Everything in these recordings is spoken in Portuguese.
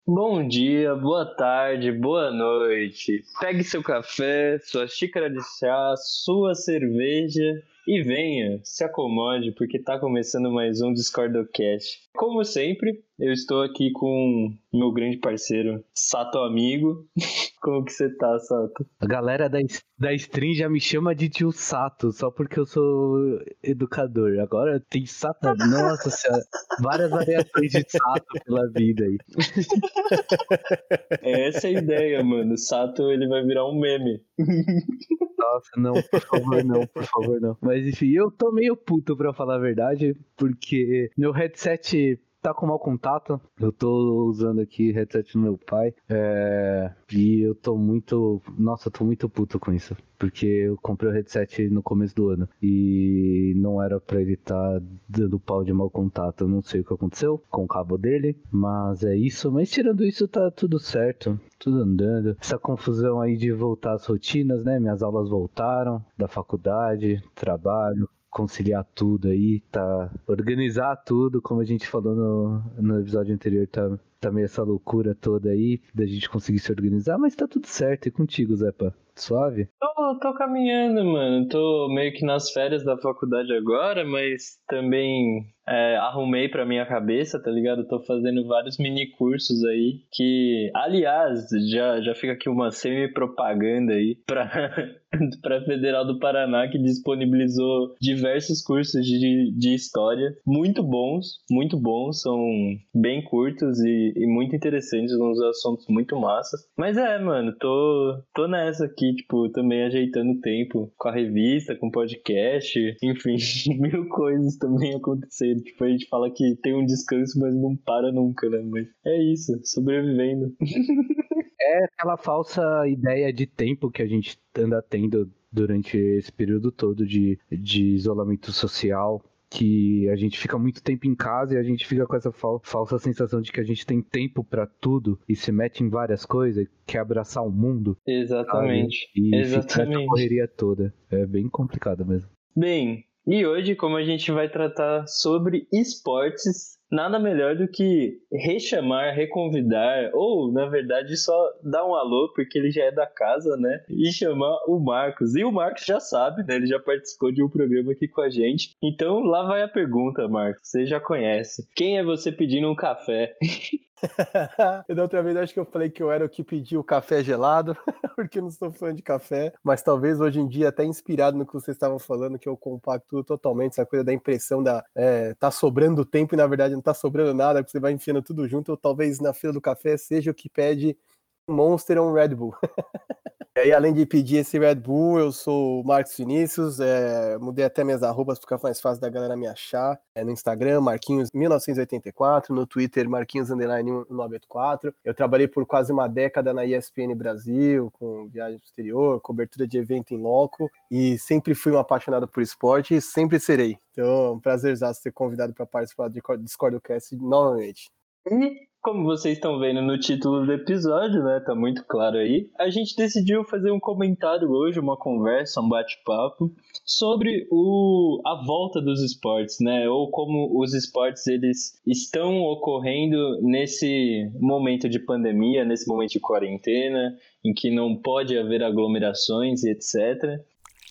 Bom dia, boa tarde, boa noite. Pegue seu café, sua xícara de chá, sua cerveja e venha, se acomode, porque tá começando mais um Discordocast. Como sempre, eu estou aqui com meu grande parceiro, Sato Amigo. Como que você tá, Sato? A galera da stream já me chama de tio Sato, só porque eu sou educador. Agora tem Sato, nossa senhora, várias variações de Sato pela vida aí. Essa é a ideia, mano. O Sato, ele vai virar um meme. Nossa, não, por favor, não, por favor, não. Mas enfim, eu tô meio puto pra falar a verdade, porque meu headset tá com mau contato. Eu tô usando aqui o headset do meu pai. E eu tô muito. Nossa, eu tô muito puto com isso. Porque eu comprei o headset no começo do ano. E não era pra ele tá dando pau de mau contato. Eu não sei o que aconteceu com o cabo dele. Mas é isso. Mas tirando isso, tá tudo certo. Tudo andando. Essa confusão aí de voltar às rotinas, né? Minhas aulas voltaram da faculdade, trabalho. Conciliar tudo aí, tá? Organizar tudo, como a gente falou no episódio anterior, tá meio essa loucura toda aí, da gente conseguir se organizar, mas tá tudo certo. E contigo, Zepa? Suave? Tô caminhando, mano. Tô meio que nas férias da faculdade agora, mas também arrumei pra minha cabeça, tá ligado? Tô fazendo vários mini cursos aí que, aliás, já fica aqui uma semi-propaganda aí pra Federal do Paraná, que disponibilizou diversos cursos de história muito bons, são bem curtos e muito interessantes, uns assuntos muito massas. Mas mano, tô nessa aqui, tipo, também ajeitando o tempo com a revista, com o podcast, enfim, mil coisas também acontecendo. Tipo, a gente fala que tem um descanso, mas não para nunca, né? Mas é isso, sobrevivendo. É aquela falsa ideia de tempo que a gente anda tendo durante esse período todo de isolamento social, que a gente fica muito tempo em casa e a gente fica com essa falsa sensação de que a gente tem tempo pra tudo e se mete em várias coisas, quer abraçar o mundo, sabe? Exatamente, E fica nessa exatamente. correria toda. É bem complicado mesmo. Bem, e hoje, como a gente vai tratar sobre esportes, nada melhor do que rechamar, reconvidar, ou, na verdade, só dar um alô, porque ele já é da casa, né? E chamar o Marcos. E o Marcos já sabe, né? Ele já participou de um programa aqui com a gente. Então, lá vai a pergunta, Marcos. Você já conhece. Quem é você pedindo um café? Da outra vez acho que eu falei que eu era o que pediu o café gelado, porque eu não sou fã de café, mas talvez hoje em dia, até inspirado no que vocês estavam falando, que eu compacto totalmente essa coisa da impressão tá sobrando tempo e na verdade não tá sobrando nada, porque você vai enfiando tudo junto, ou talvez na fila do café seja o que pede um Monster ou um Red Bull. E aí, além de pedir esse Red Bull, eu sou o Marcos Vinícius, mudei até minhas arrobas para ficar mais fácil da galera me achar. No Instagram, Marquinhos1984, no Twitter, Marquinhos_1984. Eu trabalhei por quase uma década na ESPN Brasil, com viagem pro exterior, cobertura de evento em loco, e sempre fui um apaixonado por esporte e sempre serei. Então, é um prazerzaço ser convidado para participar do Discordocast novamente. E como vocês estão vendo no título do episódio, né? Tá muito claro aí. A gente decidiu fazer um comentário hoje, uma conversa, um bate-papo sobre a volta dos esportes, né? Ou como os esportes eles estão ocorrendo nesse momento de pandemia, nesse momento de quarentena, em que não pode haver aglomerações e etc.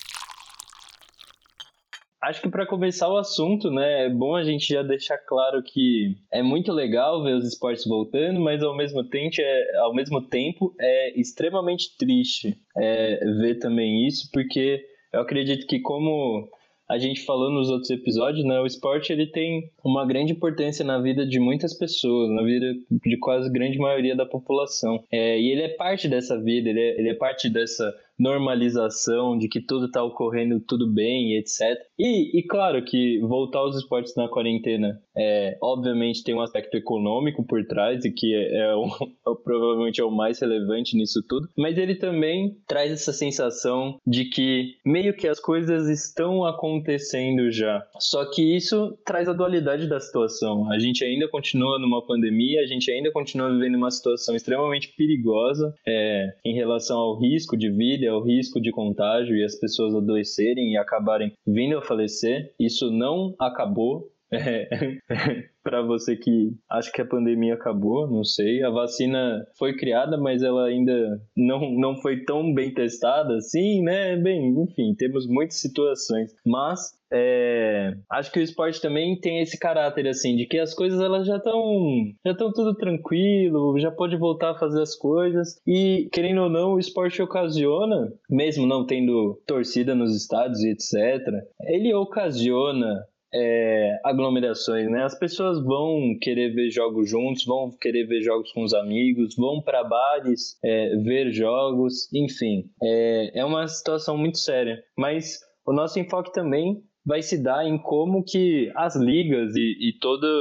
Acho que para começar o assunto, né, é bom a gente já deixar claro que é muito legal ver os esportes voltando, mas ao mesmo tempo é extremamente triste ver também isso, porque eu acredito que como a gente falou nos outros episódios, né, o esporte ele tem uma grande importância na vida de muitas pessoas, na vida de quase a grande maioria da população. E ele é parte dessa vida, ele é parte dessa normalização de que tudo está ocorrendo tudo bem, etc. E claro que voltar aos esportes na quarentena obviamente tem um aspecto econômico por trás e que provavelmente é o mais relevante nisso tudo, mas ele também traz essa sensação de que meio que as coisas estão acontecendo já. Só que isso traz a dualidade da situação. A gente ainda continua numa pandemia, a gente ainda continua vivendo uma situação extremamente perigosa em relação ao risco de vida, ao risco de contágio e as pessoas adoecerem e acabarem vindo a falecer. Isso não acabou. Para você que acha que a pandemia acabou, não sei. A vacina foi criada, mas ela ainda não foi tão bem testada assim, né? Bem, enfim, temos muitas situações. Mas acho que o esporte também tem esse caráter, assim, de que as coisas elas já estão tudo tranquilo, já pode voltar a fazer as coisas. E, querendo ou não, o esporte ocasiona, mesmo não tendo torcida nos estádios e etc., ele ocasiona aglomerações, né? As pessoas vão querer ver jogos juntos, vão querer ver jogos com os amigos, vão para bares ver jogos, enfim, é uma situação muito séria. Mas o nosso enfoque também vai se dar em como que as ligas e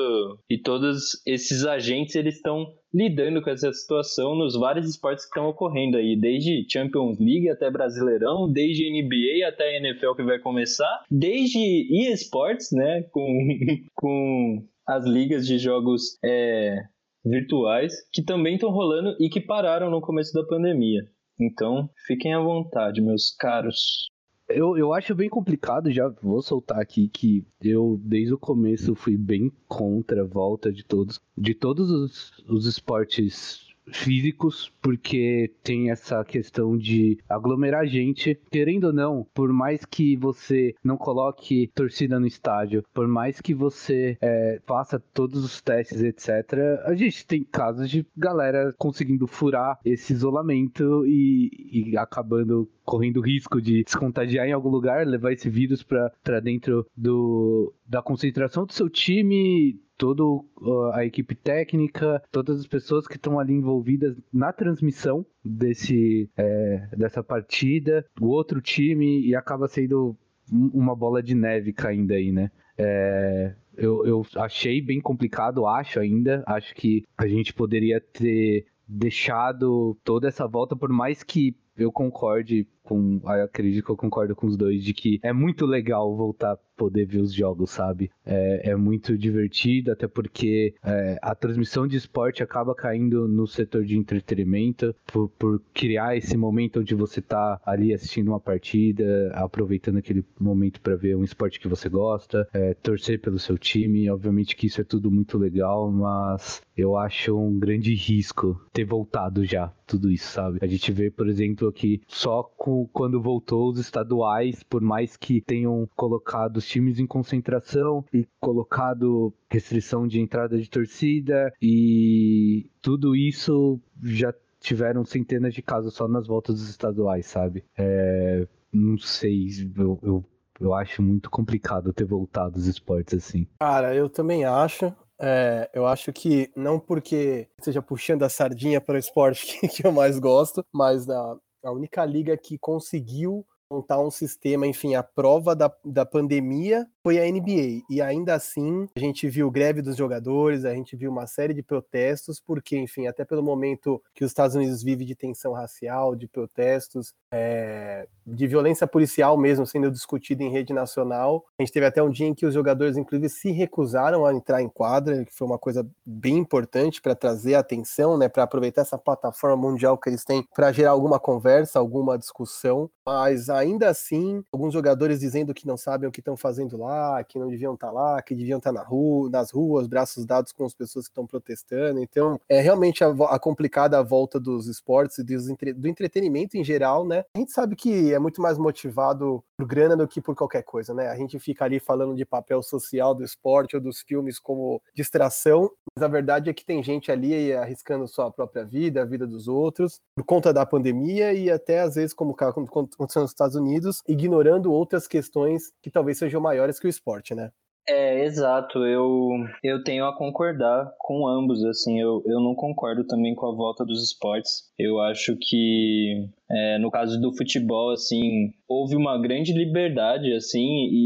todos esses agentes eles estão lidando com essa situação nos vários esportes que estão ocorrendo aí, desde Champions League até Brasileirão, desde NBA até NFL que vai começar, desde eSports, né, com as ligas de jogos virtuais que também estão rolando e que pararam no começo da pandemia. Então, fiquem à vontade, meus caros. Eu acho bem complicado, já vou soltar aqui que eu, desde o começo, fui bem contra a volta de todos os esportes físicos, porque tem essa questão de aglomerar gente, querendo ou não, por mais que você não coloque torcida no estádio, por mais que você faça todos os testes, etc., a gente tem casos de galera conseguindo furar esse isolamento e acabando correndo risco de se contagiar em algum lugar, levar esse vírus para dentro da concentração do seu time, toda a equipe técnica, todas as pessoas que estão ali envolvidas na transmissão dessa partida, o outro time, e acaba sendo uma bola de neve caindo aí, né? Eu achei bem complicado, acho que a gente poderia ter deixado toda essa volta, por mais que eu concorde acredito que eu concordo com os dois, de que é muito legal voltar a poder ver os jogos, sabe? É muito divertido, até porque a transmissão de esporte acaba caindo no setor de entretenimento, por criar esse momento onde você tá ali assistindo uma partida, aproveitando aquele momento para ver um esporte que você gosta, torcer pelo seu time. Obviamente que isso é tudo muito legal, mas eu acho um grande risco ter voltado já tudo isso, sabe? A gente vê, por exemplo, que só quando voltou os estaduais, por mais que tenham colocado os times em concentração e colocado restrição de entrada de torcida, e tudo isso já tiveram centenas de casos só nas voltas dos estaduais, sabe? Não sei, eu acho muito complicado ter voltado os esportes assim. Cara, eu também acho. Eu acho que não porque esteja puxando a sardinha para o esporte que eu mais gosto, mas a única liga que conseguiu montar um sistema, enfim, a prova da pandemia foi a NBA. E ainda assim, a gente viu greve dos jogadores, a gente viu uma série de protestos, porque, enfim, até pelo momento que os Estados Unidos vive de tensão racial, de protestos, de violência policial mesmo sendo discutida em rede nacional. A gente teve até um dia em que os jogadores, inclusive, se recusaram a entrar em quadra, que foi uma coisa bem importante para trazer atenção, né, para aproveitar essa plataforma mundial que eles têm para gerar alguma conversa, alguma discussão. Mas ainda assim, alguns jogadores dizendo que não sabem o que estão fazendo lá, que não deviam estar lá, que deviam estar nas ruas, braços dados com as pessoas que estão protestando. Então, é realmente a complicada volta dos esportes e do entretenimento em geral, né? A gente sabe que é muito mais motivado por grana do que por qualquer coisa, né? A gente fica ali falando de papel social do esporte ou dos filmes como distração, mas a verdade é que tem gente ali arriscando sua própria vida, a vida dos outros, por conta da pandemia e até às vezes, como aconteceu nos Estados Unidos, ignorando outras questões que talvez sejam maiores que o esporte, né? Exato, eu tenho a concordar com ambos, assim, eu não concordo também com a volta dos esportes. Eu acho que, no caso do futebol, assim, houve uma grande liberdade, assim,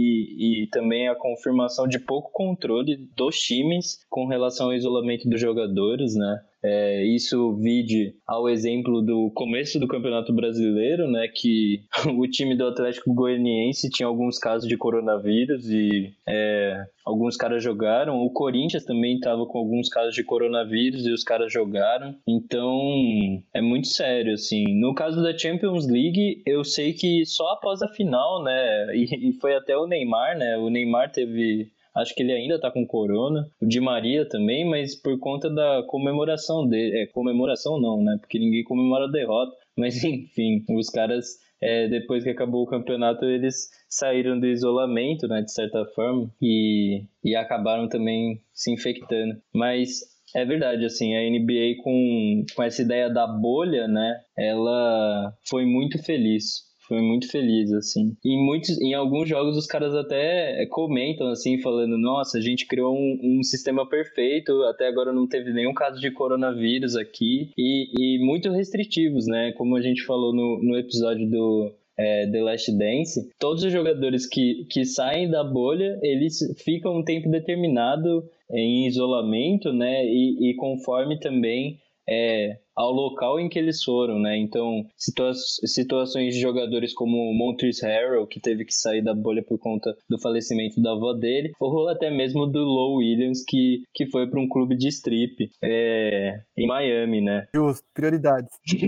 e também a confirmação de pouco controle dos times com relação ao isolamento dos jogadores, né? Isso vide ao exemplo do começo do Campeonato Brasileiro, né, que o time do Atlético Goianiense tinha alguns casos de coronavírus e alguns caras jogaram. O Corinthians também estava com alguns casos de coronavírus e os caras jogaram. Então, é muito sério, assim. No caso da Champions League, eu sei que só após a final, né, e foi até o Neymar, né, o Neymar teve Acho que ele ainda tá com corona. O Di Maria também, mas por conta da comemoração dele. Comemoração não, né? Porque ninguém comemora a derrota. Mas enfim, os caras, depois que acabou o campeonato, eles saíram do isolamento, né? De certa forma. E acabaram também se infectando. Mas é verdade, assim, a NBA com essa ideia da bolha, né? Ela foi muito feliz. Foi muito feliz, assim. Em alguns jogos os caras até comentam, assim, falando, nossa, a gente criou um sistema perfeito, até agora não teve nenhum caso de coronavírus aqui, e muito restritivos, né? Como a gente falou no episódio do The Last Dance, todos os jogadores que saem da bolha, eles ficam um tempo determinado em isolamento, né? E conforme também ao local em que eles foram, né? Então, situações de jogadores como o Montrezl Harrell, que teve que sair da bolha por conta do falecimento da avó dele, ou até mesmo do Lou Williams, que foi para um clube de strip em Miami, né? Justo, prioridades.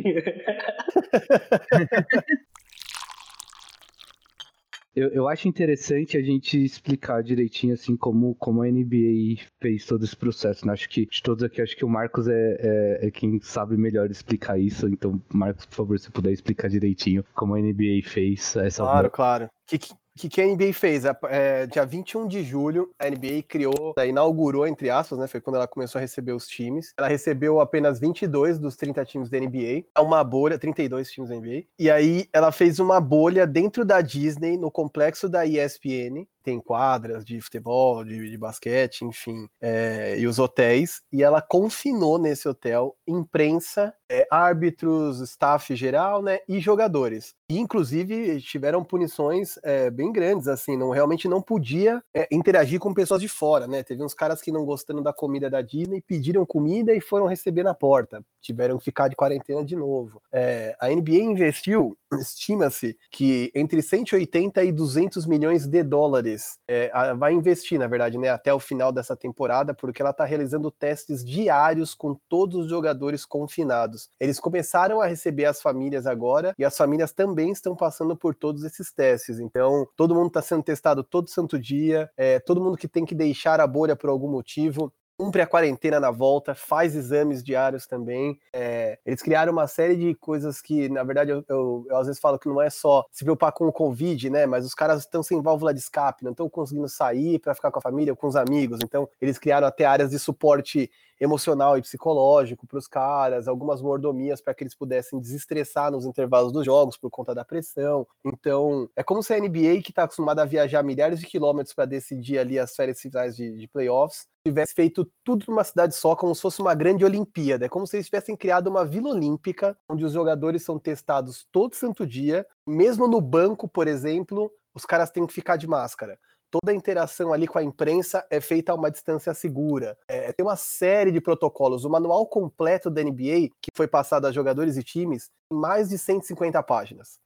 Eu acho interessante a gente explicar direitinho, assim, como a NBA fez todo esse processo, né? Acho que de todos aqui, acho que o Marcos é quem sabe melhor explicar isso. Então, Marcos, por favor, se puder explicar direitinho como a NBA fez essa... Claro. O que a NBA fez? Dia 21 de julho, a NBA inaugurou, entre aspas, né? Foi quando ela começou a receber os times. Ela recebeu apenas 22 dos 30 times da NBA. Uma bolha, 32 times da NBA. E aí, ela fez uma bolha dentro da Disney, no complexo da ESPN. Tem quadras de futebol, de basquete, enfim, e os hotéis. E ela confinou nesse hotel imprensa, árbitros, staff geral, né? E jogadores. E, inclusive, tiveram punições bem grandes, assim, realmente não podia interagir com pessoas de fora, né? Teve uns caras que não gostando da comida da Disney, pediram comida e foram receber na porta. Tiveram que ficar de quarentena de novo. A NBA investiu, estima-se, que entre 180 e 200 milhões de dólares vai investir, na verdade, né, até o final dessa temporada, porque ela está realizando testes diários com todos os jogadores confinados. Eles começaram a receber as famílias agora, e as famílias também estão passando por todos esses testes. Então, todo mundo está sendo testado todo santo dia, todo mundo que tem que deixar a bolha por algum motivo cumpre a quarentena na volta, faz exames diários também. Eles criaram uma série de coisas que, na verdade, eu às vezes falo que não é só se preocupar com o Covid, né? Mas os caras estão sem válvula de escape, não estão conseguindo sair para ficar com a família ou com os amigos. Então, eles criaram até áreas de suporte emocional e psicológico para os caras, algumas mordomias para que eles pudessem desestressar nos intervalos dos jogos por conta da pressão. Então, é como se a NBA, que está acostumada a viajar milhares de quilômetros para decidir ali as férias finais de playoffs, tivesse feito tudo numa cidade só, como se fosse uma grande Olimpíada. É como se eles tivessem criado uma Vila Olímpica, onde os jogadores são testados todo santo dia, mesmo no banco, por exemplo, os caras têm que ficar de máscara. Toda a interação ali com a imprensa é feita a uma distância segura. Tem uma série de protocolos. O manual completo da NBA, que foi passado a jogadores e times, tem mais de 150 páginas.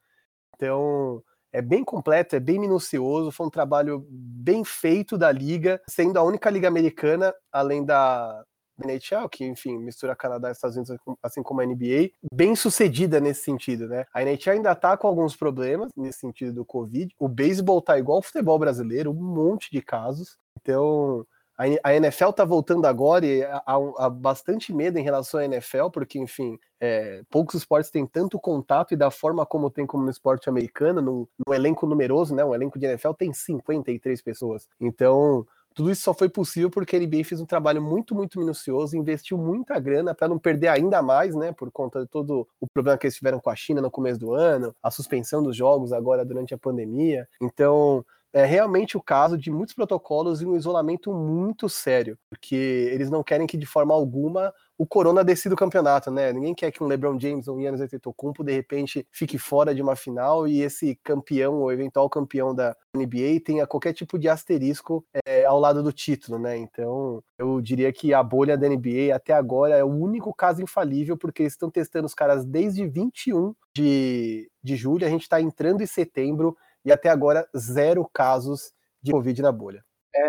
Então, é bem completo, é bem minucioso, foi um trabalho bem feito da liga, sendo a única liga americana, além da NHL, que, enfim, mistura Canadá e Estados Unidos, assim como a NBA, bem sucedida nesse sentido, né? A NHL ainda tá com alguns problemas nesse sentido do Covid. O beisebol tá igual ao futebol brasileiro, um monte de casos. Então, a NFL tá voltando agora e há bastante medo em relação à NFL, porque, enfim, poucos esportes têm tanto contato e da forma como tem como no esporte americano, no elenco numeroso, né? Um elenco de NFL tem 53 pessoas. Então, tudo isso só foi possível porque a NBA fez um trabalho muito, muito minucioso, investiu muita grana para não perder ainda mais, né, por conta de todo o problema que eles tiveram com a China no começo do ano, a suspensão dos jogos agora durante a pandemia. Então, é realmente o caso de muitos protocolos e um isolamento muito sério, porque eles não querem que de forma alguma o Corona decida o campeonato, né? Ninguém quer que um LeBron James ou um Giannis Antetokounmpo de repente fique fora de uma final e esse campeão ou eventual campeão da NBA tenha qualquer tipo de asterisco ao lado do título, né? Então, eu diria que a bolha da NBA até agora é o único caso infalível, porque eles estão testando os caras desde 21 de julho, a gente está entrando em setembro e até agora 0 casos de Covid na bolha.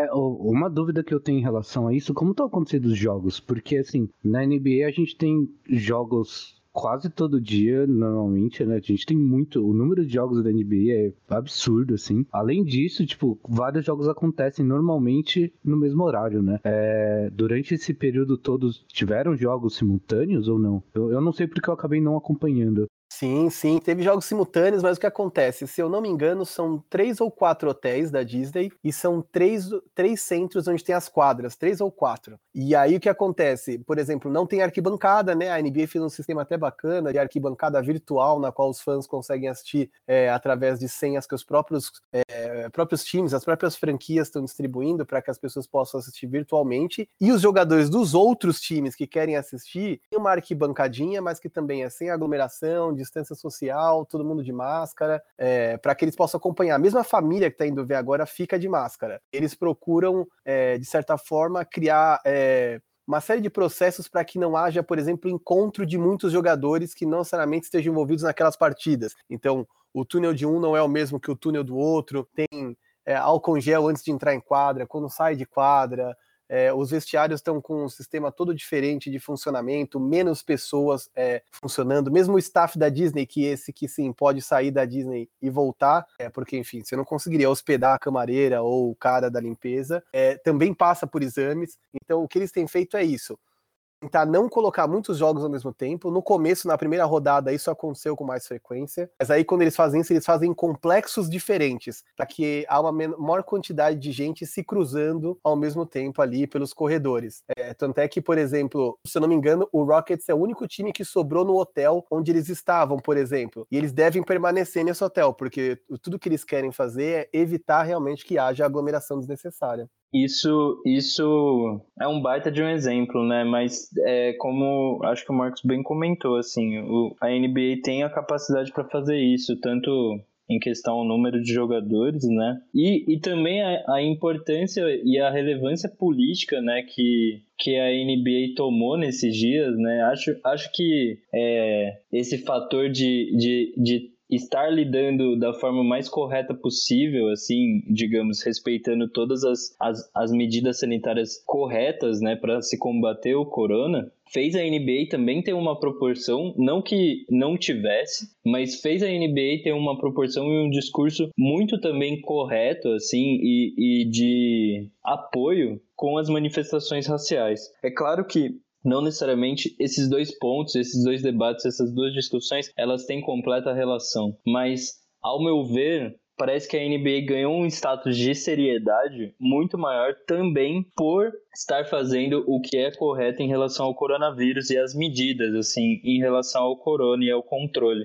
Uma dúvida que eu tenho em relação a isso, como estão acontecendo os jogos? Porque, assim, na NBA a gente tem jogos quase todo dia, normalmente, né? A gente tem muito. O número de jogos da NBA é absurdo, assim. Além disso, tipo, vários jogos acontecem normalmente no mesmo horário, né? Durante esse período todo, tiveram jogos simultâneos ou não? Eu não sei porque eu acabei não acompanhando. Sim, teve jogos simultâneos, mas o que acontece? Se eu não me engano, são 3 ou 4 hotéis da Disney e são três centros onde tem as quadras, 3 ou 4. E aí o que acontece? Por exemplo, não tem arquibancada, né? A NBA fez um sistema até bacana de arquibancada virtual, na qual os fãs conseguem assistir através de senhas que os próprios times, as próprias franquias estão distribuindo para que as pessoas possam assistir virtualmente. E os jogadores dos outros times que querem assistir, tem uma arquibancadinha, mas que também é sem aglomeração, distância social, todo mundo de máscara, para que eles possam acompanhar. Mesmo a família que está indo ver agora fica de máscara. Eles procuram, de certa forma, criar uma série de processos para que não haja, por exemplo, encontro de muitos jogadores que não necessariamente estejam envolvidos naquelas partidas. Então, o túnel de um não é o mesmo que o túnel do outro, tem álcool em gel antes de entrar em quadra, quando sai de quadra. Os vestiários estão com um sistema todo diferente de funcionamento, menos pessoas funcionando, mesmo o staff da Disney, que sim, pode sair da Disney e voltar, porque, enfim, você não conseguiria hospedar a camareira ou o cara da limpeza, também passa por exames. Então, o que eles têm feito é isso: tentar não colocar muitos jogos ao mesmo tempo. No começo, na primeira rodada, isso aconteceu com mais frequência, mas aí quando eles fazem isso, eles fazem em complexos diferentes, para que há uma maior quantidade de gente se cruzando ao mesmo tempo ali pelos corredores. Tanto é que, por exemplo, se eu não me engano, o Rockets é o único time que sobrou no hotel onde eles estavam, por exemplo, e eles devem permanecer nesse hotel, porque tudo que eles querem fazer é evitar realmente que haja aglomeração desnecessária. Isso é um baita de um exemplo, né? Mas como acho que o Marcos bem comentou, assim, a NBA tem a capacidade para fazer isso, tanto em questão ao número de jogadores, né? E também a importância e a relevância política, né, que a NBA tomou nesses dias, né? Acho que esse fator de estar lidando da forma mais correta possível, assim, digamos, respeitando todas as medidas sanitárias corretas, né, para se combater o corona, fez a NBA também ter uma proporção, não que não tivesse, mas fez a NBA ter uma proporção e um discurso muito também correto, assim, e de apoio com as manifestações raciais. É claro que não necessariamente esses dois pontos, esses dois debates, essas duas discussões, elas têm completa relação. Mas, ao meu ver, parece que a NBA ganhou um status de seriedade muito maior também por estar fazendo o que é correto em relação ao coronavírus e as medidas, assim, em relação ao corona e ao controle.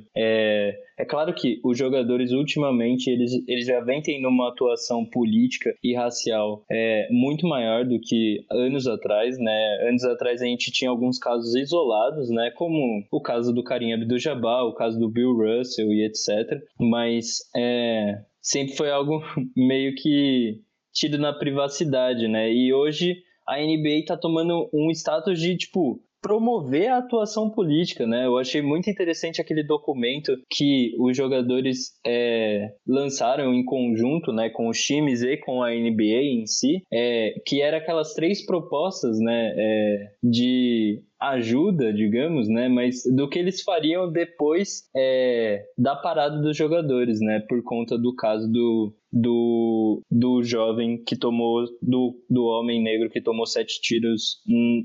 É claro que os jogadores, ultimamente, eles já vêm tendo uma atuação política e racial muito maior do que anos atrás, né? Anos atrás a gente tinha alguns casos isolados, né? Como o caso do Kareem Abdul-Jabbar, o caso do Bill Russell e etc. Mas sempre foi algo meio que tido na privacidade, né? E hoje a NBA está tomando um status de, tipo, promover a atuação política, né? Eu achei muito interessante aquele documento que os jogadores lançaram em conjunto, né, com os times e com a NBA em si, que era aquelas 3 propostas, né, de ajuda, digamos, né, mas do que eles fariam depois da parada dos jogadores, né, por conta do caso do jovem que tomou, do homem negro que tomou 7 tiros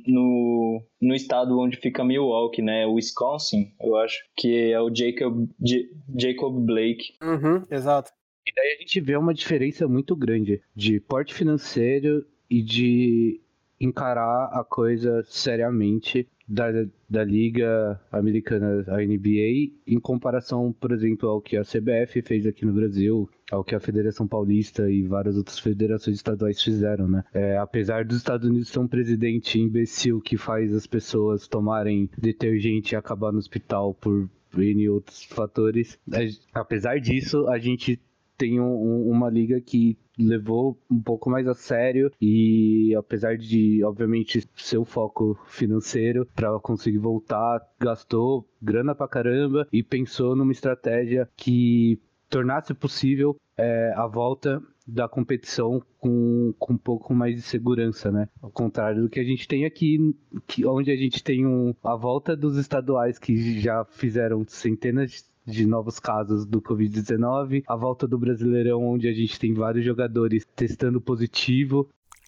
no estado onde fica Milwaukee, né, Wisconsin, eu acho, que é o Jacob Blake. Uhum, exato. E daí a gente vê uma diferença muito grande de porte financeiro e de encarar a coisa seriamente da Liga Americana, a NBA, em comparação, por exemplo, ao que a CBF fez aqui no Brasil, ao que a Federação Paulista e várias outras federações estaduais fizeram, né? Apesar dos Estados Unidos ter um presidente imbecil que faz as pessoas tomarem detergente e acabar no hospital por N outros fatores, apesar disso, a gente tem uma liga que levou um pouco mais a sério e, apesar de, obviamente, ser o foco financeiro para conseguir voltar, gastou grana pra caramba e pensou numa estratégia que tornasse possível a volta da competição com um pouco mais de segurança, né? Ao contrário do que a gente tem aqui, onde a gente tem a volta dos estaduais que já fizeram centenas de novos casos do Covid-19, a volta do Brasileirão, onde a gente tem vários jogadores testando positivo.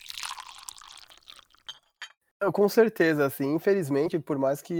Com certeza, assim, infelizmente, por mais que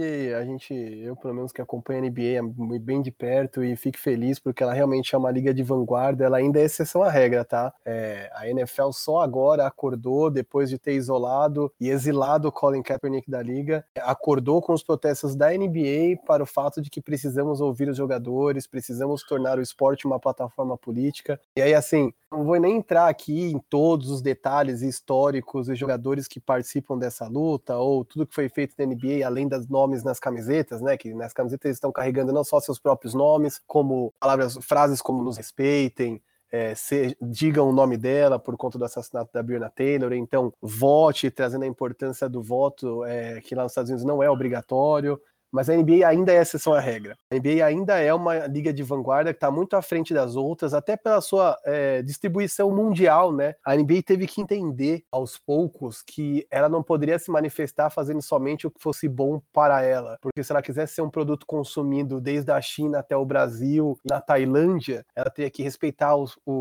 eu pelo menos que acompanho a NBA bem de perto e fique feliz porque ela realmente é uma liga de vanguarda, ela ainda é exceção à regra, tá? A NFL só agora acordou, depois de ter isolado e exilado o Colin Kaepernick da liga, acordou com os protestos da NBA para o fato de que precisamos ouvir os jogadores, precisamos tornar o esporte uma plataforma política. E aí, assim, não vou nem entrar aqui em todos os detalhes históricos e jogadores que participam dessa luta, ou tudo que foi feito na NBA, além dos nomes nas camisetas, né? Que nas camisetas eles estão carregando não só seus próprios nomes, como frases como nos respeitem, digam o nome dela por conta do assassinato da Breonna Taylor, então vote, trazendo a importância do voto, que lá nos Estados Unidos não é obrigatório. Mas a NBA ainda é exceção à regra. A NBA ainda é uma liga de vanguarda que está muito à frente das outras, até pela sua distribuição mundial, né? A NBA teve que entender, aos poucos, que ela não poderia se manifestar fazendo somente o que fosse bom para ela. Porque se ela quisesse ser um produto consumido desde a China até o Brasil, na Tailândia, ela teria que respeitar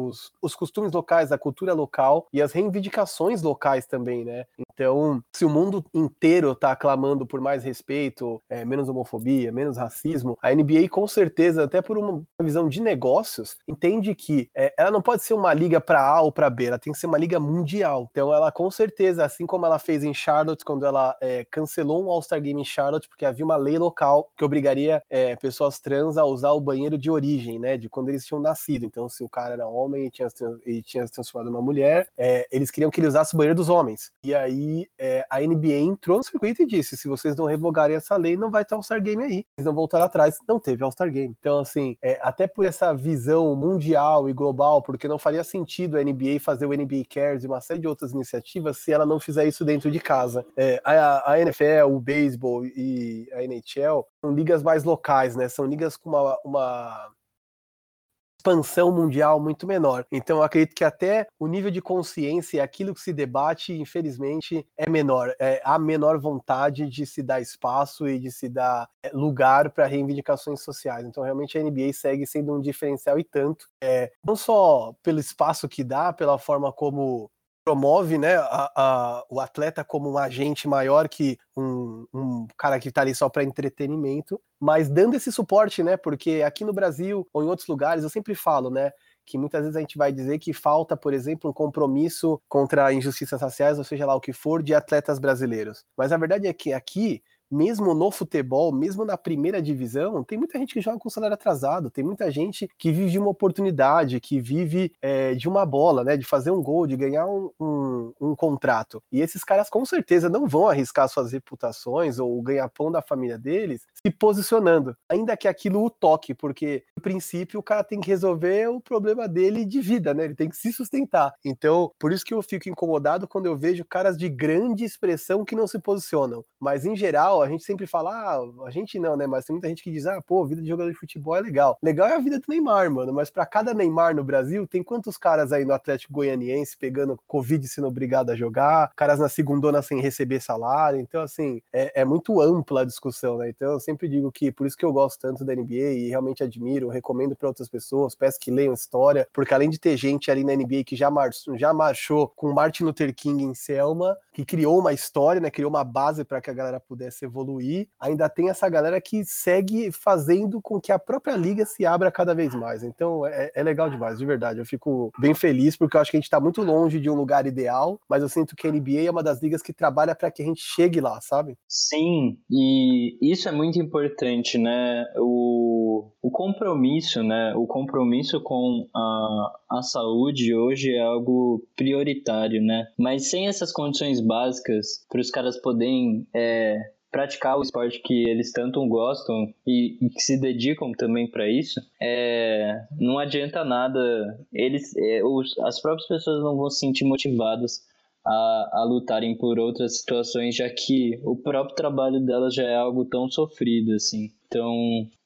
os costumes locais, a cultura local e as reivindicações locais também, né? Então, se o mundo inteiro está clamando por mais respeito, menos homofobia, menos racismo, a NBA com certeza, até por uma visão de negócios, entende que ela não pode ser uma liga para A ou para B, ela tem que ser uma liga mundial. Então ela com certeza, assim como ela fez em Charlotte, quando ela cancelou um All-Star Game em Charlotte, porque havia uma lei local que obrigaria pessoas trans a usar o banheiro de origem, né, de quando eles tinham nascido. Então se o cara era homem e tinha se transformado numa mulher, eles queriam que ele usasse o banheiro dos homens. E aí a NBA entrou no circuito e disse, se vocês não revogarem essa lei, não vai ter All-Star Game aí. Eles não voltaram atrás, não teve All-Star Game. Então, assim, até por essa visão mundial e global, porque não faria sentido a NBA fazer o NBA Cares e uma série de outras iniciativas se ela não fizer isso dentro de casa. A NFL, o beisebol e a NHL são ligas mais locais, né? São ligas com uma expansão mundial muito menor. Então eu acredito que até o nível de consciência e aquilo que se debate, infelizmente, é menor. Há menor vontade de se dar espaço e de se dar lugar para reivindicações sociais. Então realmente a NBA segue sendo um diferencial e tanto, não só pelo espaço que dá, pela forma como promove, né, o atleta como um agente maior que um cara que tá ali só para entretenimento, mas dando esse suporte, né, porque aqui no Brasil ou em outros lugares, eu sempre falo, né, que muitas vezes a gente vai dizer que falta, por exemplo, um compromisso contra injustiças raciais, ou seja lá o que for, de atletas brasileiros. Mas a verdade é que aqui, mesmo no futebol, mesmo na primeira divisão, tem muita gente que joga com salário atrasado, tem muita gente que vive de uma oportunidade, que vive de uma bola, né, de fazer um gol, de ganhar um contrato. E esses caras com certeza não vão arriscar suas reputações ou o ganha-pão da família deles se posicionando, ainda que aquilo o toque, porque no princípio o cara tem que resolver o problema dele de vida, né, ele tem que se sustentar. Então, por isso que eu fico incomodado quando eu vejo caras de grande expressão que não se posicionam, mas em geral a gente sempre fala, a gente não, né? Mas tem muita gente que diz, pô, vida de jogador de futebol é legal. Legal é a vida do Neymar, mano, mas pra cada Neymar no Brasil, tem quantos caras aí no Atlético Goianiense pegando Covid sendo obrigado a jogar, caras na segundona sem receber salário, então assim, é muito ampla a discussão, né? Então eu sempre digo que, por isso que eu gosto tanto da NBA e realmente admiro, recomendo pra outras pessoas, peço que leiam história, porque além de ter gente ali na NBA que já marchou com Martin Luther King em Selma, que criou uma história, né? Criou uma base pra que a galera pudesse evoluir, ainda tem essa galera que segue fazendo com que a própria liga se abra cada vez mais. Então é legal demais, de verdade. Eu fico bem feliz porque eu acho que a gente tá muito longe de um lugar ideal, mas eu sinto que a NBA é uma das ligas que trabalha para que a gente chegue lá, sabe? Sim, e isso é muito importante, né? O compromisso, né? O compromisso com a saúde hoje é algo prioritário, né? Mas sem essas condições básicas para os caras poderem praticar o esporte que eles tanto gostam e que se dedicam também para isso, não adianta nada. As próprias pessoas não vão se sentir motivadas a lutarem por outras situações, já que o próprio trabalho delas já é algo tão sofrido, assim. Então,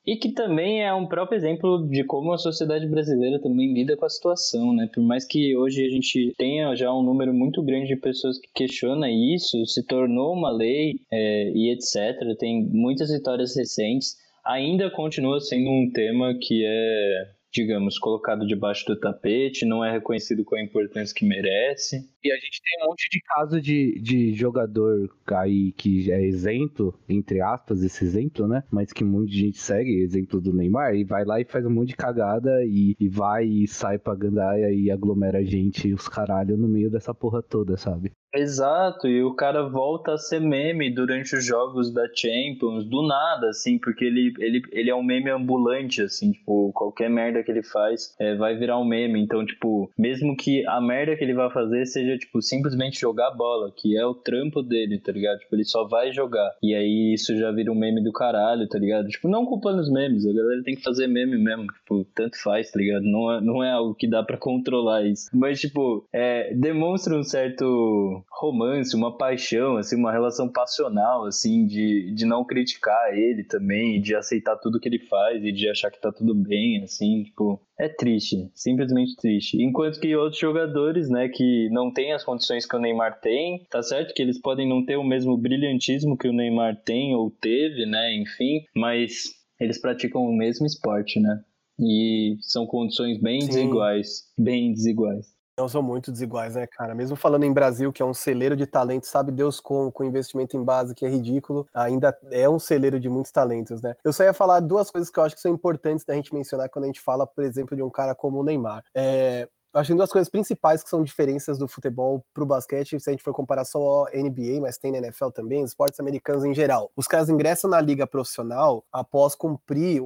E que também é um próprio exemplo de como a sociedade brasileira também lida com a situação, né? Por mais que hoje a gente tenha já um número muito grande de pessoas que questiona isso, se tornou uma lei e etc. Tem muitas vitórias recentes, ainda continua sendo um tema que é, digamos, colocado debaixo do tapete, não é reconhecido com a importância que merece. E a gente tem um monte de caso de jogador aí que é exemplo, entre aspas, esse exemplo, né? Mas que muita gente segue, exemplo do Neymar, e vai lá e faz um monte de cagada e vai e sai pra gandaia e aglomera gente e os caralho no meio dessa porra toda, sabe? Exato, e o cara volta a ser meme durante os jogos da Champions, do nada, assim, porque ele é um meme ambulante, assim, tipo, qualquer merda que ele faz vai virar um meme. Então, tipo, mesmo que a merda que ele vai fazer seja, tipo, simplesmente jogar bola, que é o trampo dele, tá ligado? Tipo, ele só vai jogar. E aí isso já vira um meme do caralho, tá ligado? Tipo, não culpando os memes, a galera tem que fazer meme mesmo, tipo, tanto faz, tá ligado? Não é algo que dá pra controlar isso. Mas, tipo, demonstra um certo romance, uma paixão, assim, uma relação passional, assim, de não criticar ele também, de aceitar tudo que ele faz e de achar que tá tudo bem, assim, tipo, é triste, simplesmente triste. Enquanto que outros jogadores, né, que não têm as condições que o Neymar tem, tá certo que eles podem não ter o mesmo brilhantismo que o Neymar tem ou teve, né, enfim, mas eles praticam o mesmo esporte, né, e são condições bem desiguais, bem desiguais. Não são muito desiguais, né, cara? Mesmo falando em Brasil, que é um celeiro de talento, sabe Deus como, com investimento em base que é ridículo, ainda é um celeiro de muitos talentos, né? Eu só ia falar duas coisas que eu acho que são importantes da gente mencionar quando a gente fala, por exemplo, de um cara como o Neymar. Eu acho que tem duas coisas principais que são diferenças do futebol pro basquete, se a gente for comparar só a NBA, mas tem na NFL também, os esportes americanos em geral. Os caras ingressam na liga profissional após cumprir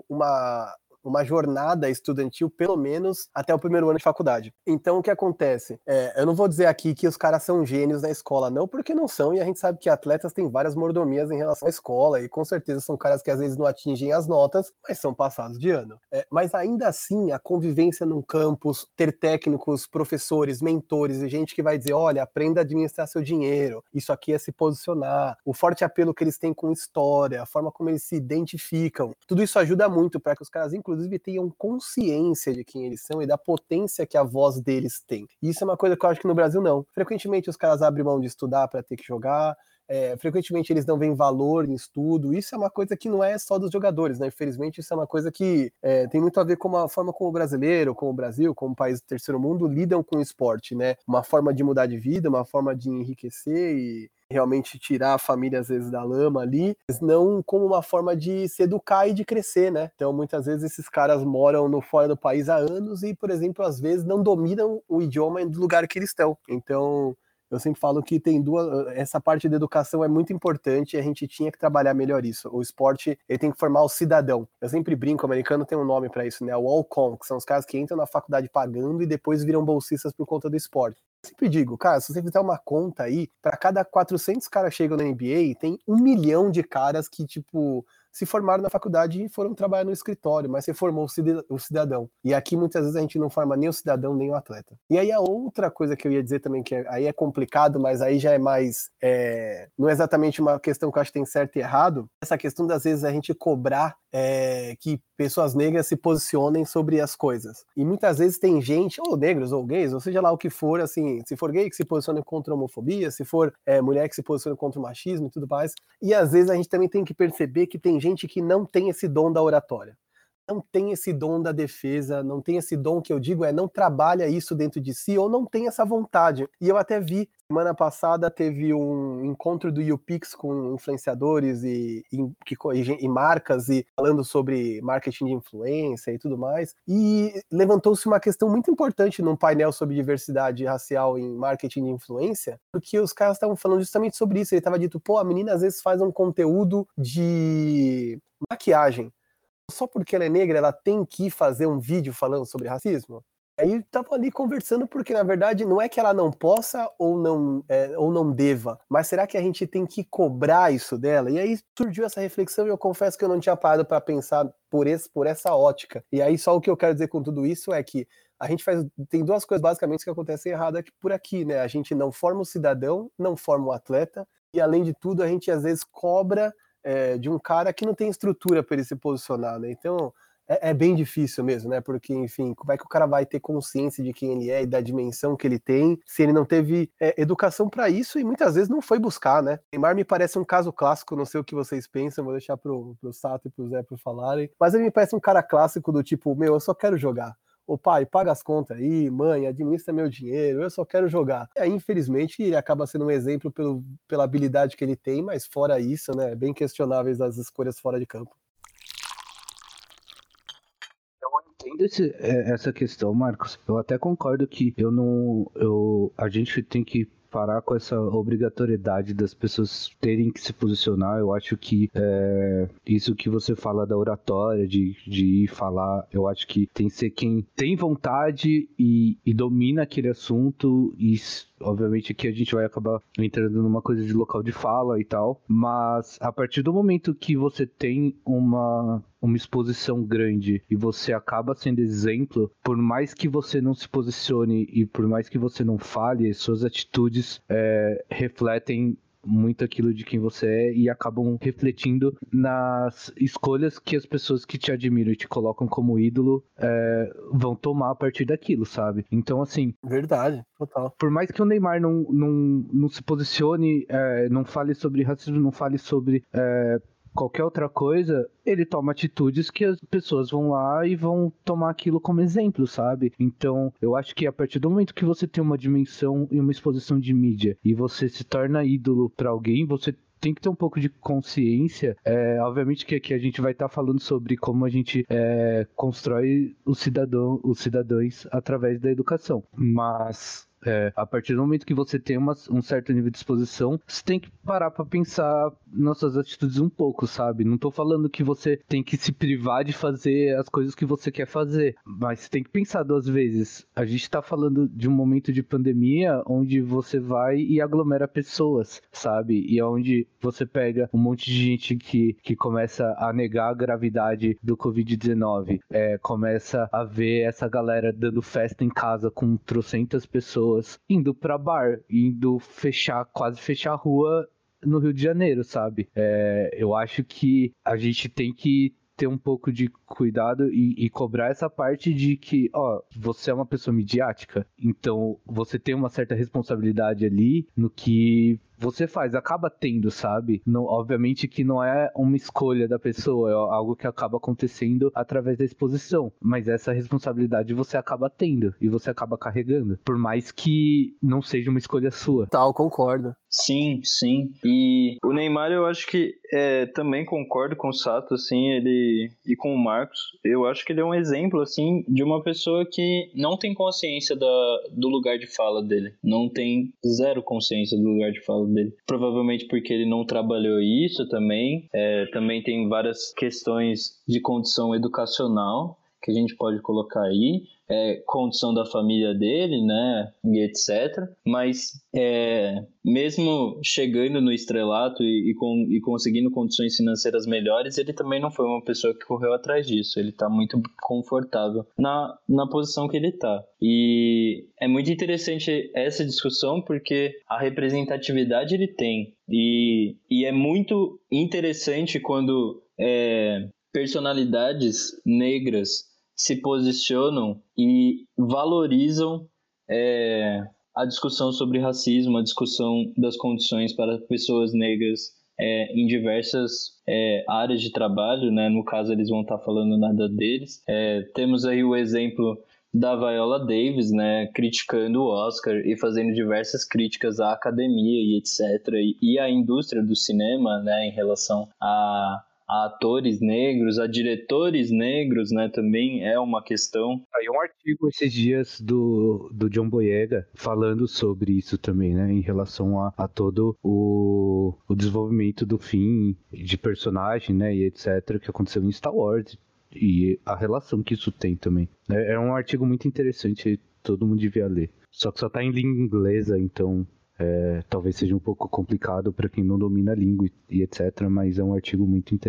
uma jornada estudantil, pelo menos até o primeiro ano de faculdade. Então, o que acontece? Eu não vou dizer aqui que os caras são gênios na escola, não, porque não são, e a gente sabe que atletas têm várias mordomias em relação à escola, e com certeza são caras que às vezes não atingem as notas, mas são passados de ano. Mas ainda assim, a convivência num campus, ter técnicos, professores, mentores, e gente que vai dizer, olha, aprenda a administrar seu dinheiro, isso aqui é se posicionar, o forte apelo que eles têm com história, a forma como eles se identificam, tudo isso ajuda muito para que os caras, inclusive, tenham consciência de quem eles são e da potência que a voz deles tem. E isso é uma coisa que eu acho que no Brasil não. Frequentemente os caras abrem mão de estudar para ter que jogar, frequentemente eles não veem valor em estudo. Isso é uma coisa que não é só dos jogadores, né? Infelizmente isso é uma coisa que tem muito a ver com a forma como o brasileiro, como o Brasil, como o país do terceiro mundo lidam com o esporte, né? Uma forma de mudar de vida, uma forma de enriquecer e realmente tirar a família às vezes da lama ali, mas não como uma forma de se educar e de crescer, né? Então muitas vezes esses caras moram no fora do país há anos e, por exemplo, às vezes não dominam o idioma do lugar que eles estão. Então eu sempre falo que essa parte da educação é muito importante e a gente tinha que trabalhar melhor isso. O esporte, ele tem que formar o cidadão. Eu sempre brinco, o americano tem um nome para isso, né? O Walk-on, que são os caras que entram na faculdade pagando e depois viram bolsistas por conta do esporte. Eu sempre digo, cara, se você fizer uma conta aí, para cada 400 caras que chegam na NBA, tem 1 milhão de caras que, tipo, se formaram na faculdade e foram trabalhar no escritório, mas você formou o cidadão. E aqui muitas vezes a gente não forma nem o cidadão, nem o atleta. E aí a outra coisa que eu ia dizer também, que aí é complicado, mas aí já é mais, não é exatamente uma questão que eu acho que tem certo e errado, essa questão das vezes a gente cobrar que pessoas negras se posicionem sobre as coisas. E muitas vezes tem gente, ou negros, ou gays, ou seja lá o que for, assim, se for gay que se posicione contra a homofobia, se for mulher que se posicione contra o machismo e tudo mais. E às vezes a gente também tem que perceber que tem gente que não tem esse dom da oratória. Não tem esse dom da defesa, não tem esse dom que eu digo não trabalha isso dentro de si ou não tem essa vontade. E eu até vi, semana passada teve um encontro do YouPix com influenciadores e marcas e falando sobre marketing de influência e tudo mais. E levantou-se uma questão muito importante num painel sobre diversidade racial em marketing de influência, porque os caras estavam falando justamente sobre isso. Ele estava dito, a menina às vezes faz um conteúdo de maquiagem. Só porque ela é negra, ela tem que fazer um vídeo falando sobre racismo? Aí tava ali conversando porque, na verdade, não é que ela não possa ou não deva, mas será que a gente tem que cobrar isso dela? E aí surgiu essa reflexão e eu confesso que eu não tinha parado para pensar por essa ótica. E aí só o que eu quero dizer com tudo isso é que a gente tem duas coisas basicamente que acontecem errado aqui por aqui, né? A gente não forma o cidadão, não forma o atleta, e além de tudo a gente às vezes cobra de um cara que não tem estrutura para ele se posicionar, né? Então é bem difícil mesmo, né? Porque, enfim, como é que o cara vai ter consciência de quem ele é e da dimensão que ele tem se ele não teve educação para isso e muitas vezes não foi buscar, né? Neymar me parece um caso clássico, não sei o que vocês pensam, vou deixar pro Sato e pro Zé pra falarem, mas ele me parece um cara clássico do tipo, meu, eu só quero jogar. Ô pai, paga as contas aí, mãe, administra meu dinheiro, eu só quero jogar. E aí, infelizmente, ele acaba sendo um exemplo pela habilidade que ele tem, mas fora isso, né, bem questionáveis as escolhas fora de campo. Entendo essa questão, Marcos. Eu até concordo que a gente tem que parar com essa obrigatoriedade das pessoas terem que se posicionar. Eu acho que isso que você fala da oratória, de ir falar, eu acho que tem que ser quem tem vontade e domina aquele assunto. E obviamente aqui a gente vai acabar entrando numa coisa de local de fala e tal, mas a partir do momento que você tem uma exposição grande e você acaba sendo exemplo, por mais que você não se posicione e por mais que você não fale, suas atitudes refletem muito aquilo de quem você é e acabam refletindo nas escolhas que as pessoas que te admiram e te colocam como ídolo vão tomar a partir daquilo, sabe? Então, assim... Verdade, total. Por mais que o Neymar não se posicione, não fale sobre racismo, não fale sobre... qualquer outra coisa, ele toma atitudes que as pessoas vão lá e vão tomar aquilo como exemplo, sabe? Então, eu acho que a partir do momento que você tem uma dimensão e uma exposição de mídia e você se torna ídolo pra alguém, você tem que ter um pouco de consciência. Obviamente que aqui a gente vai estar falando sobre como a gente constrói os cidadãos através da educação. Mas... a partir do momento que você tem um certo nível de exposição, você tem que parar pra pensar nas suas atitudes um pouco, sabe? Não tô falando que você tem que se privar de fazer as coisas que você quer fazer, mas você tem que pensar 2 vezes. A gente tá falando de um momento de pandemia onde você vai e aglomera pessoas, sabe? E onde você pega um monte de gente que começa a negar a gravidade do Covid-19, começa a ver essa galera dando festa em casa com trocentas pessoas, indo pra bar, indo quase fechar a rua no Rio de Janeiro, sabe? Eu acho que a gente tem que ter um pouco de cuidado e cobrar essa parte de que, você é uma pessoa midiática, então você tem uma certa responsabilidade ali no que você faz, acaba tendo, sabe? Não, obviamente que não é uma escolha da pessoa, é algo que acaba acontecendo através da exposição, mas essa responsabilidade você acaba tendo e você acaba carregando, por mais que não seja uma escolha sua. Tal, concordo. Sim, sim. E o Neymar, eu acho que também concordo com o Sato, assim, e com o Marcos. Eu acho que ele é um exemplo, assim, de uma pessoa que não tem consciência do lugar de fala dele. Não tem zero consciência do lugar de fala dele. Provavelmente porque ele não trabalhou isso também. Também tem várias questões de condição educacional que a gente pode colocar aí. Condição da família dele, né, e etc. Mas mesmo chegando no estrelato e conseguindo condições financeiras melhores, ele também não foi uma pessoa que correu atrás disso. Ele está muito confortável na posição que ele está. E é muito interessante essa discussão porque a representatividade ele tem. E é muito interessante quando personalidades negras se posicionam e valorizam a discussão sobre racismo, a discussão das condições para pessoas negras em diversas áreas de trabalho, né? No caso, eles vão estar falando nada deles. Temos aí o exemplo da Viola Davis, né? Criticando o Oscar e fazendo diversas críticas à academia e etc. E à indústria do cinema, né? Em relação a atores negros, a diretores negros, né, também é uma questão. Saiu um artigo esses dias do John Boyega falando sobre isso também, né, em relação a todo o desenvolvimento do fim de personagem, né, e etc, que aconteceu em Star Wars e a relação que isso tem também. É um artigo muito interessante, todo mundo devia ler. Só que só tá em língua inglesa, então... talvez seja um pouco complicado para quem não domina a língua e etc, mas é um artigo muito interessante.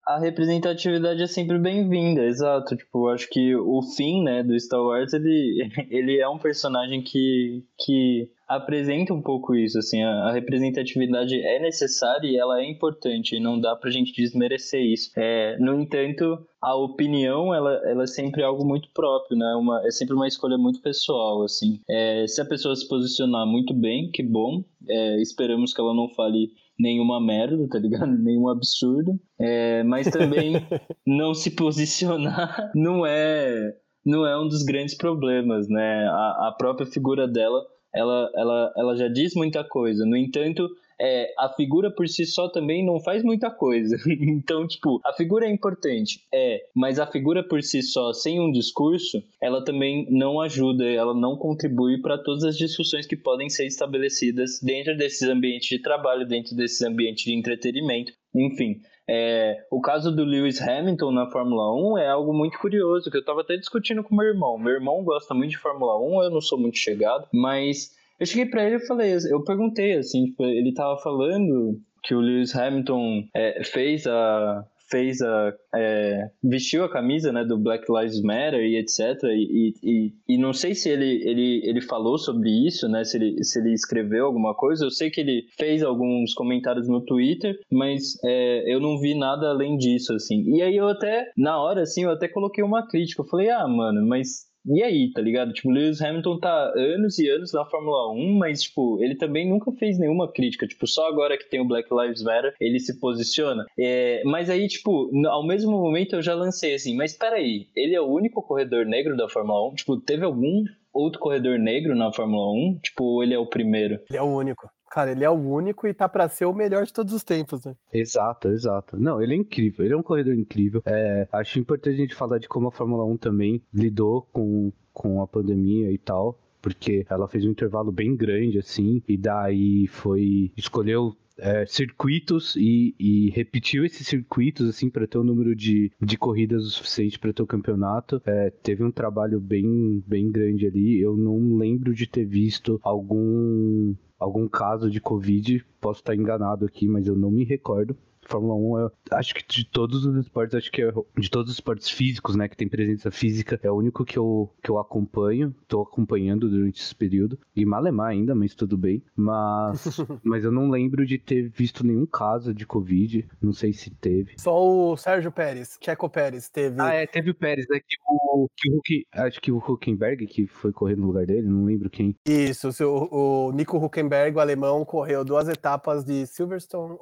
A representatividade é sempre bem-vinda, exato. Tipo, eu acho que o Finn, né, do Star Wars, ele é um personagem que apresenta um pouco isso, assim, a representatividade é necessária e ela é importante, e não dá pra gente desmerecer isso. No entanto, a opinião, ela é sempre algo muito próprio, né, é sempre uma escolha muito pessoal, assim. Se a pessoa se posicionar muito bem, que bom, esperamos que ela não fale nenhuma merda, tá ligado? Nenhum absurdo. Mas também não se posicionar não é um dos grandes problemas, né? A própria figura dela, ela já diz muita coisa. No entanto, a figura por si só também não faz muita coisa. Então, tipo, a figura é importante, mas a figura por si só, sem um discurso, ela também não ajuda, ela não contribui para todas as discussões que podem ser estabelecidas dentro desses ambientes de trabalho, dentro desses ambientes de entretenimento, enfim. O caso do Lewis Hamilton na Fórmula 1 é algo muito curioso, que eu estava até discutindo com meu irmão. Meu irmão gosta muito de Fórmula 1, eu não sou muito chegado, mas eu cheguei pra ele e falei, eu perguntei, assim, tipo, ele tava falando que o Lewis Hamilton vestiu a camisa, né, do Black Lives Matter e etc. E não sei se ele falou sobre isso, né, se ele escreveu alguma coisa. Eu sei que ele fez alguns comentários no Twitter, mas eu não vi nada além disso, assim. E aí na hora, assim, eu até coloquei uma crítica. Eu falei, mano, mas... E aí, tá ligado? Tipo, o Lewis Hamilton tá anos e anos na Fórmula 1, mas, tipo, ele também nunca fez nenhuma crítica. Tipo, só agora que tem o Black Lives Matter, ele se posiciona. Mas aí, tipo, ao mesmo momento eu já lancei assim, mas peraí, ele é o único corredor negro da Fórmula 1? Tipo, teve algum outro corredor negro na Fórmula 1? Tipo, ele é o primeiro? Ele é o único. Cara, ele é o único e tá pra ser o melhor de todos os tempos, né? Exato. Não, ele é incrível, ele é um corredor incrível. Acho importante a gente falar de como a Fórmula 1 também lidou com a pandemia e tal, porque ela fez um intervalo bem grande, assim, e daí escolheu circuitos e repetiu esses circuitos, assim, para ter um número de corridas o suficiente para ter o campeonato. Teve um trabalho bem, bem grande ali. Eu não lembro de ter visto algum caso de Covid, posso estar enganado aqui, mas eu não me recordo. Fórmula 1, acho que de todos os esportes, de todos os esportes físicos, né, que tem presença física, é o único que eu acompanho, tô acompanhando durante esse período, e malemar ainda, mas tudo bem, mas eu não lembro de ter visto nenhum caso de Covid, não sei se teve. Só o Sérgio Pérez, Checo Pérez, teve... Teve o Pérez, né, acho que o Hülkenberg, que foi correr no lugar dele, não lembro quem. Isso, o Nico Hülkenberg, o alemão, correu 2 etapas de Silverstone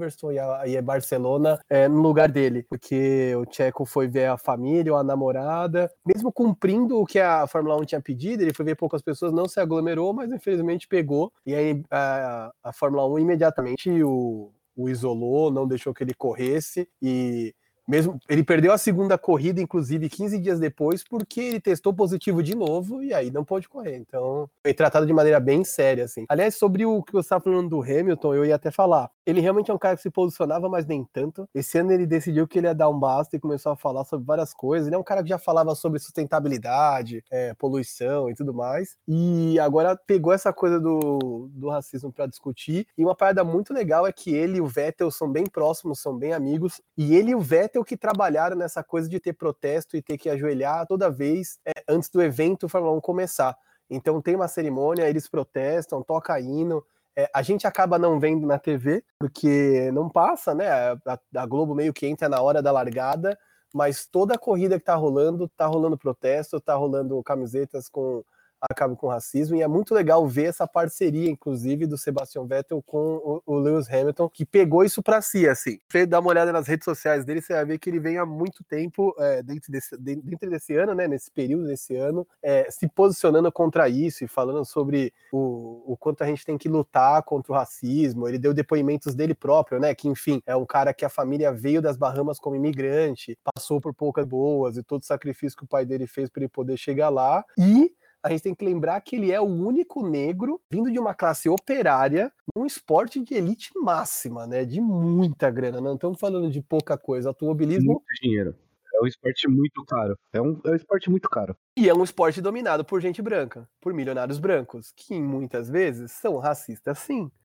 e Barcelona no lugar dele, porque o Checo foi ver a família ou a namorada, mesmo cumprindo o que a Fórmula 1 tinha pedido, ele foi ver poucas pessoas, não se aglomerou, mas infelizmente pegou, e aí a Fórmula 1 imediatamente o isolou, não deixou que ele corresse, e mesmo ele perdeu a segunda corrida, inclusive 15 dias depois, porque ele testou positivo de novo e aí não pôde correr. Então, foi tratado de maneira bem séria, assim. Aliás, sobre o que você estava falando do Hamilton, eu ia até falar. Ele realmente é um cara que se posicionava, mas nem tanto. Esse ano ele decidiu que ele ia dar um basta e começou a falar sobre várias coisas. Ele é um cara que já falava sobre sustentabilidade, poluição e tudo mais. E agora pegou essa coisa do racismo para discutir. E uma parada muito legal é que ele e o Vettel são bem próximos, são bem amigos. E ele e o Vettel que trabalharam nessa coisa de ter protesto e ter que ajoelhar toda vez antes do evento Fórmula 1 começar. Então tem uma cerimônia, eles protestam, toca hino. A gente acaba não vendo na TV, porque não passa, né? A Globo meio que entra na hora da largada, mas toda a corrida que tá rolando protesto, tá rolando camisetas com Acabe com o Racismo, e é muito legal ver essa parceria, inclusive, do Sebastian Vettel com o Lewis Hamilton, que pegou isso pra si, assim. Você dá uma olhada nas redes sociais dele, você vai ver que ele vem há muito tempo, dentro desse ano, né, nesse período desse ano, se posicionando contra isso e falando sobre o quanto a gente tem que lutar contra o racismo. Ele deu depoimentos dele próprio, né, que, enfim, é um cara que a família veio das Bahamas como imigrante, passou por poucas boas e todo o sacrifício que o pai dele fez para ele poder chegar lá, e a gente tem que lembrar que ele é o único negro vindo de uma classe operária num esporte de elite máxima, né? De muita grana. Não estamos falando de pouca coisa. Automobilismo... Muito dinheiro. É um esporte muito caro. É um esporte muito caro. E é um esporte dominado por gente branca, por milionários brancos, que muitas vezes são racistas, sim.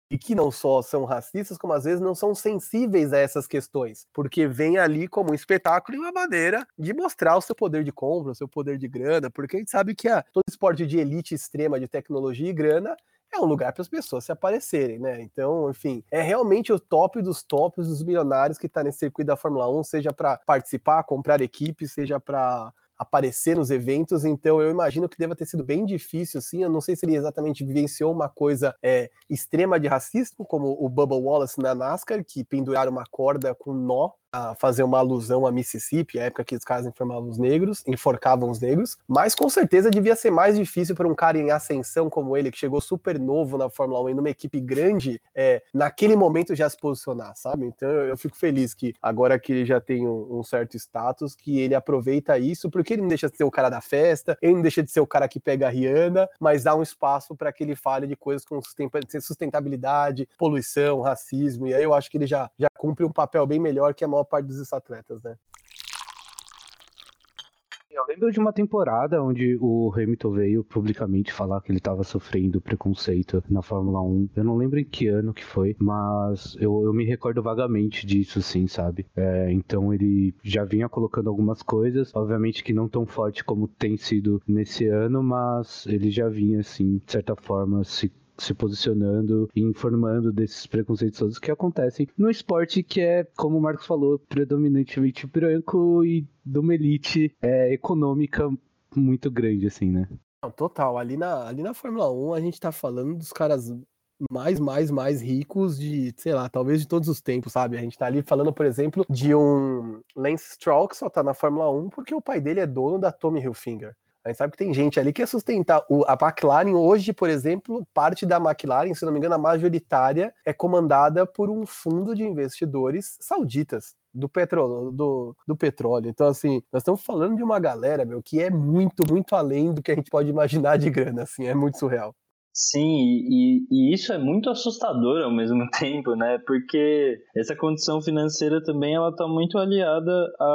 e que não só são racistas, como às vezes não são sensíveis a essas questões, porque vem ali como um espetáculo e uma maneira de mostrar o seu poder de compra, o seu poder de grana, porque a gente sabe que todo esporte de elite extrema de tecnologia e grana é um lugar para as pessoas se aparecerem, né? Então, enfim, é realmente o top dos tops dos milionários que está nesse circuito da Fórmula 1, seja para participar, comprar equipe, seja para aparecer nos eventos. Então eu imagino que deva ter sido bem difícil, assim. Eu não sei se ele exatamente vivenciou uma coisa extrema de racismo, como o Bubba Wallace na NASCAR, que penduraram uma corda com nó a fazer uma alusão a Mississippi, a época que os caras enforcavam os negros, mas com certeza devia ser mais difícil para um cara em ascensão como ele, que chegou super novo na Fórmula 1 e numa equipe grande, naquele momento já se posicionar, sabe? Então eu fico feliz que agora que ele já tem um certo status, que ele aproveita isso, porque ele não deixa de ser o cara da festa, ele não deixa de ser o cara que pega a Rihanna, mas dá um espaço para que ele fale de coisas com sustentabilidade, poluição, racismo, e aí eu acho que ele já cumpre um papel bem melhor que a maior parte dos atletas, né? Eu lembro de uma temporada onde o Hamilton veio publicamente falar que ele estava sofrendo preconceito na Fórmula 1. Eu não lembro em que ano que foi, mas eu me recordo vagamente disso, sim, sabe? Então ele já vinha colocando algumas coisas, obviamente que não tão forte como tem sido nesse ano, mas ele já vinha, assim, de certa forma, se posicionando e informando desses preconceitos todos que acontecem no esporte que é, como o Marcos falou, predominantemente branco e de uma elite econômica muito grande, assim, né? Não, total, ali na Fórmula 1 a gente tá falando dos caras mais ricos de, sei lá, talvez de todos os tempos, sabe? A gente tá ali falando, por exemplo, de um Lance Stroll que só tá na Fórmula 1 porque o pai dele é dono da Tommy Hilfiger. A gente sabe que tem gente ali que quer sustentar. A McLaren hoje, por exemplo, parte da McLaren, se não me engano, a majoritária é comandada por um fundo de investidores sauditas do petróleo. Então, assim, nós estamos falando de uma galera, meu, que é muito, muito além do que a gente pode imaginar de grana, assim, é muito surreal. Sim, e isso é muito assustador ao mesmo tempo, né? Porque essa condição financeira também ela está muito aliada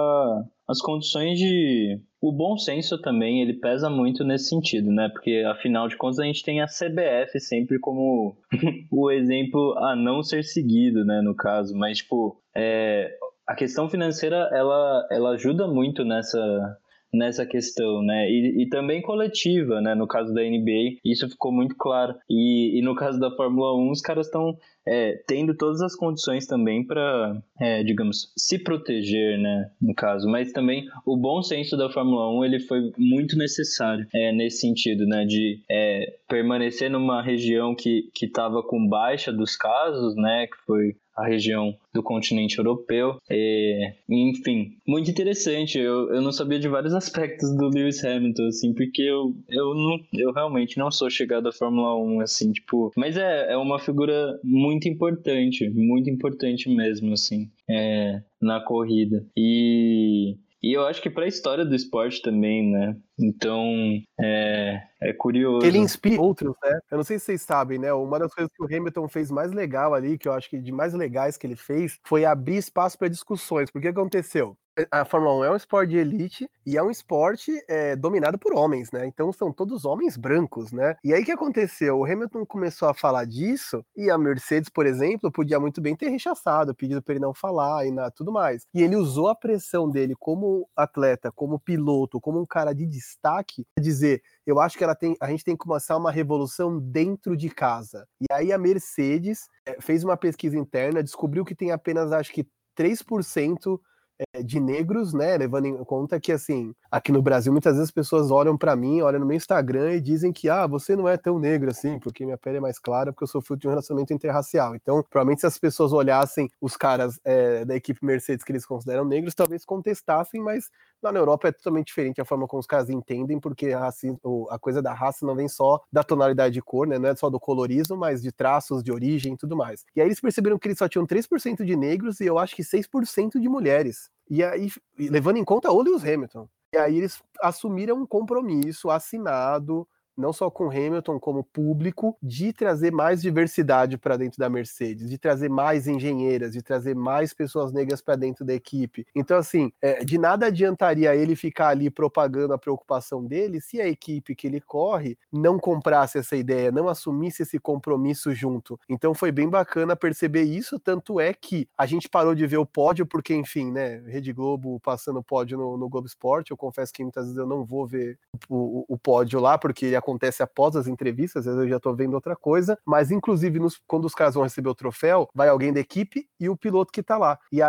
às condições de... O bom senso também, ele pesa muito nesse sentido, né? Porque, afinal de contas, a gente tem a CBF sempre como o exemplo a não ser seguido, né? No caso, mas, tipo, a questão financeira, ela ajuda muito nessa questão, né, e também coletiva, né, no caso da NBA, isso ficou muito claro, e no caso da Fórmula 1, os caras estão tendo todas as condições também para, digamos, se proteger, né, no caso, mas também o bom senso da Fórmula 1, ele foi muito necessário, nesse sentido, né, de permanecer numa região que estava com baixa dos casos, né, que foi a região do continente europeu. Enfim, muito interessante. Eu não sabia de vários aspectos do Lewis Hamilton, assim, porque eu realmente não sou chegado à Fórmula 1, assim, tipo... Mas é uma figura muito importante mesmo, assim, na corrida. E eu acho que para a história do esporte também, né? Então, é curioso. Ele inspira outros, né? Eu não sei se vocês sabem, né? Uma das coisas que o Hamilton fez mais legal ali, que eu acho que de mais legais que ele fez, foi abrir espaço para discussões. Porque o que aconteceu? A Fórmula 1 é um esporte de elite e é um esporte dominado por homens, né? Então são todos homens brancos, né? E aí o que aconteceu? O Hamilton começou a falar disso e a Mercedes, por exemplo, podia muito bem ter rechaçado, pedido para ele não falar e tudo mais. E ele usou a pressão dele como atleta, como piloto, como um cara de destaque, para dizer: eu acho que a gente tem que começar uma revolução dentro de casa. E aí a Mercedes fez uma pesquisa interna, descobriu que tem apenas, acho que 3% de negros, né, levando em conta que, assim, aqui no Brasil, muitas vezes as pessoas olham pra mim, olham no meu Instagram e dizem que, você não é tão negro assim, porque minha pele é mais clara, porque eu sou fruto de um relacionamento interracial. Então, provavelmente, se as pessoas olhassem os caras da equipe Mercedes que eles consideram negros, talvez contestassem, mas lá na Europa é totalmente diferente a forma como os caras entendem, porque a coisa da raça não vem só da tonalidade de cor, né, não é só do colorismo, mas de traços, de origem e tudo mais. E aí eles perceberam que eles só tinham 3% de negros e eu acho que 6% de mulheres. E aí, levando em conta o Lewis Hamilton. E aí eles assumiram um compromisso assinado não só com Hamilton, como público, de trazer mais diversidade para dentro da Mercedes, de trazer mais engenheiras, de trazer mais pessoas negras para dentro da equipe. Então, assim, de nada adiantaria ele ficar ali propagando a preocupação dele se a equipe que ele corre não comprasse essa ideia, não assumisse esse compromisso junto. Então foi bem bacana perceber isso, tanto é que a gente parou de ver o pódio, porque, enfim, né, Rede Globo passando o pódio no Globo Esporte, eu confesso que muitas vezes eu não vou ver o pódio lá, porque ele acontece após as entrevistas, às vezes eu já tô vendo outra coisa, mas inclusive quando os caras vão receber o troféu, vai alguém da equipe e o piloto que tá lá. E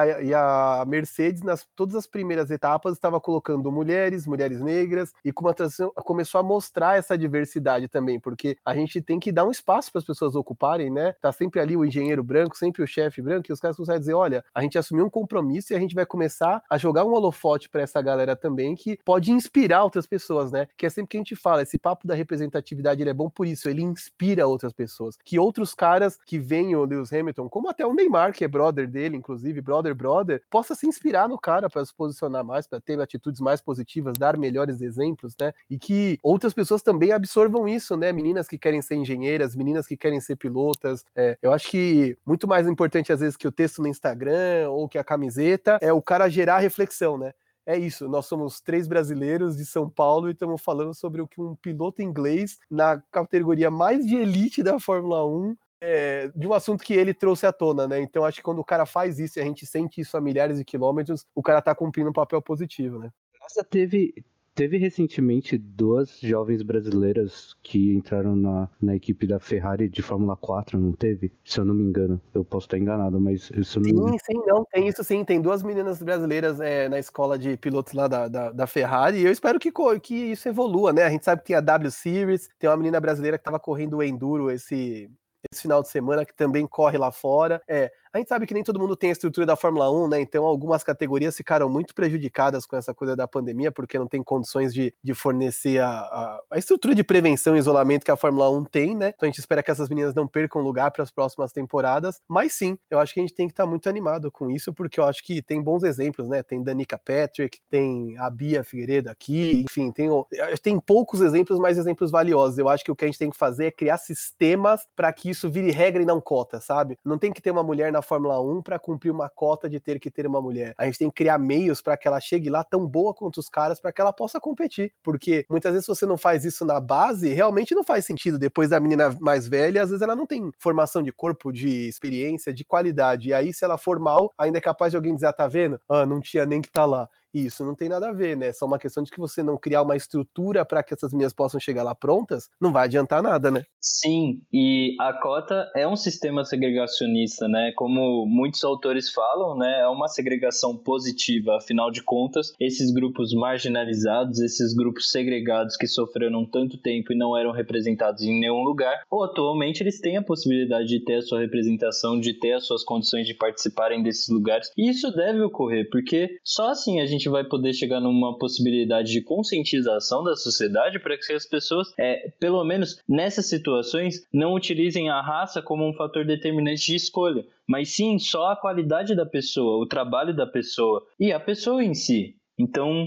a Mercedes, todas as primeiras etapas, estava colocando mulheres negras, e com uma transição, começou a mostrar essa diversidade também, porque a gente tem que dar um espaço para as pessoas ocuparem, né? Tá sempre ali o engenheiro branco, sempre o chefe branco, e os caras começam a dizer, olha, a gente assumiu um compromisso e a gente vai começar a jogar um holofote para essa galera também, que pode inspirar outras pessoas, né? Que é sempre que a gente fala, esse papo da representatividade, ele é bom por isso, ele inspira outras pessoas. Que outros caras que veem o Lewis Hamilton, como até o Neymar, que é brother dele, inclusive, brother, possa se inspirar no cara para se posicionar mais, para ter atitudes mais positivas, dar melhores exemplos, né? E que outras pessoas também absorvam isso, né? Meninas que querem ser engenheiras, meninas que querem ser pilotas. Eu acho que muito mais importante, às vezes, que o texto no Instagram ou que a camiseta é o cara gerar reflexão, né? É isso, nós somos 3 brasileiros de São Paulo e estamos falando sobre o que um piloto inglês, na categoria mais de elite da Fórmula 1, de um assunto que ele trouxe à tona, né? Então acho que quando o cara faz isso e a gente sente isso a milhares de quilômetros, o cara tá cumprindo um papel positivo, né? Nossa, teve recentemente 2 jovens brasileiras que entraram na equipe da Ferrari de Fórmula 4, não teve? Se eu não me engano. Eu posso estar enganado, mas isso não... Sim, não, tem isso sim. Tem 2 meninas brasileiras na escola de pilotos lá da Ferrari, e eu espero que isso evolua, né? A gente sabe que tem a W Series, tem uma menina brasileira que estava correndo o Enduro esse final de semana, que também corre lá fora. A gente sabe que nem todo mundo tem a estrutura da Fórmula 1, né? Então algumas categorias ficaram muito prejudicadas com essa coisa da pandemia, porque não tem condições de fornecer a estrutura de prevenção e isolamento que a Fórmula 1 tem, né? Então a gente espera que essas meninas não percam lugar para as próximas temporadas. Mas sim, eu acho que a gente tem que estar muito animado com isso, porque eu acho que tem bons exemplos, né? Tem Danica Patrick, tem a Bia Figueiredo aqui, enfim, tem poucos exemplos, mas exemplos valiosos. Eu acho que o que a gente tem que fazer é criar sistemas para que isso vire regra e não cota, sabe? Não tem que ter uma mulher na Fórmula 1 para cumprir uma cota de ter que ter uma mulher. A gente tem que criar meios para que ela chegue lá tão boa quanto os caras, para que ela possa competir. Porque muitas vezes, se você não faz isso na base, realmente não faz sentido. Depois da menina mais velha, às vezes ela não tem formação de corpo, de experiência, de qualidade. E aí, se ela for mal, ainda é capaz de alguém dizer, tá vendo? Não tinha nem que estar lá. Isso não tem nada a ver, né? É só uma questão de que você não criar uma estrutura para que essas meninas possam chegar lá prontas, não vai adiantar nada, né? Sim, e a cota é um sistema segregacionista, né? Como muitos autores falam, né? É uma segregação positiva, afinal de contas, esses grupos marginalizados, esses grupos segregados que sofreram tanto tempo e não eram representados em nenhum lugar, ou atualmente eles têm a possibilidade de ter a sua representação, de ter as suas condições de participarem desses lugares, e isso deve ocorrer, porque só assim a gente vai poder chegar numa possibilidade de conscientização da sociedade para que as pessoas, pelo menos nessas situações, não utilizem a raça como um fator determinante de escolha, mas sim só a qualidade da pessoa, o trabalho da pessoa e a pessoa em si. Então,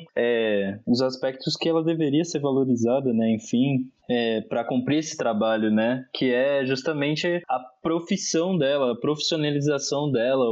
os aspectos que ela deveria ser valorizada, né? Enfim, para cumprir esse trabalho, né? Que é justamente a profissão dela, a profissionalização dela,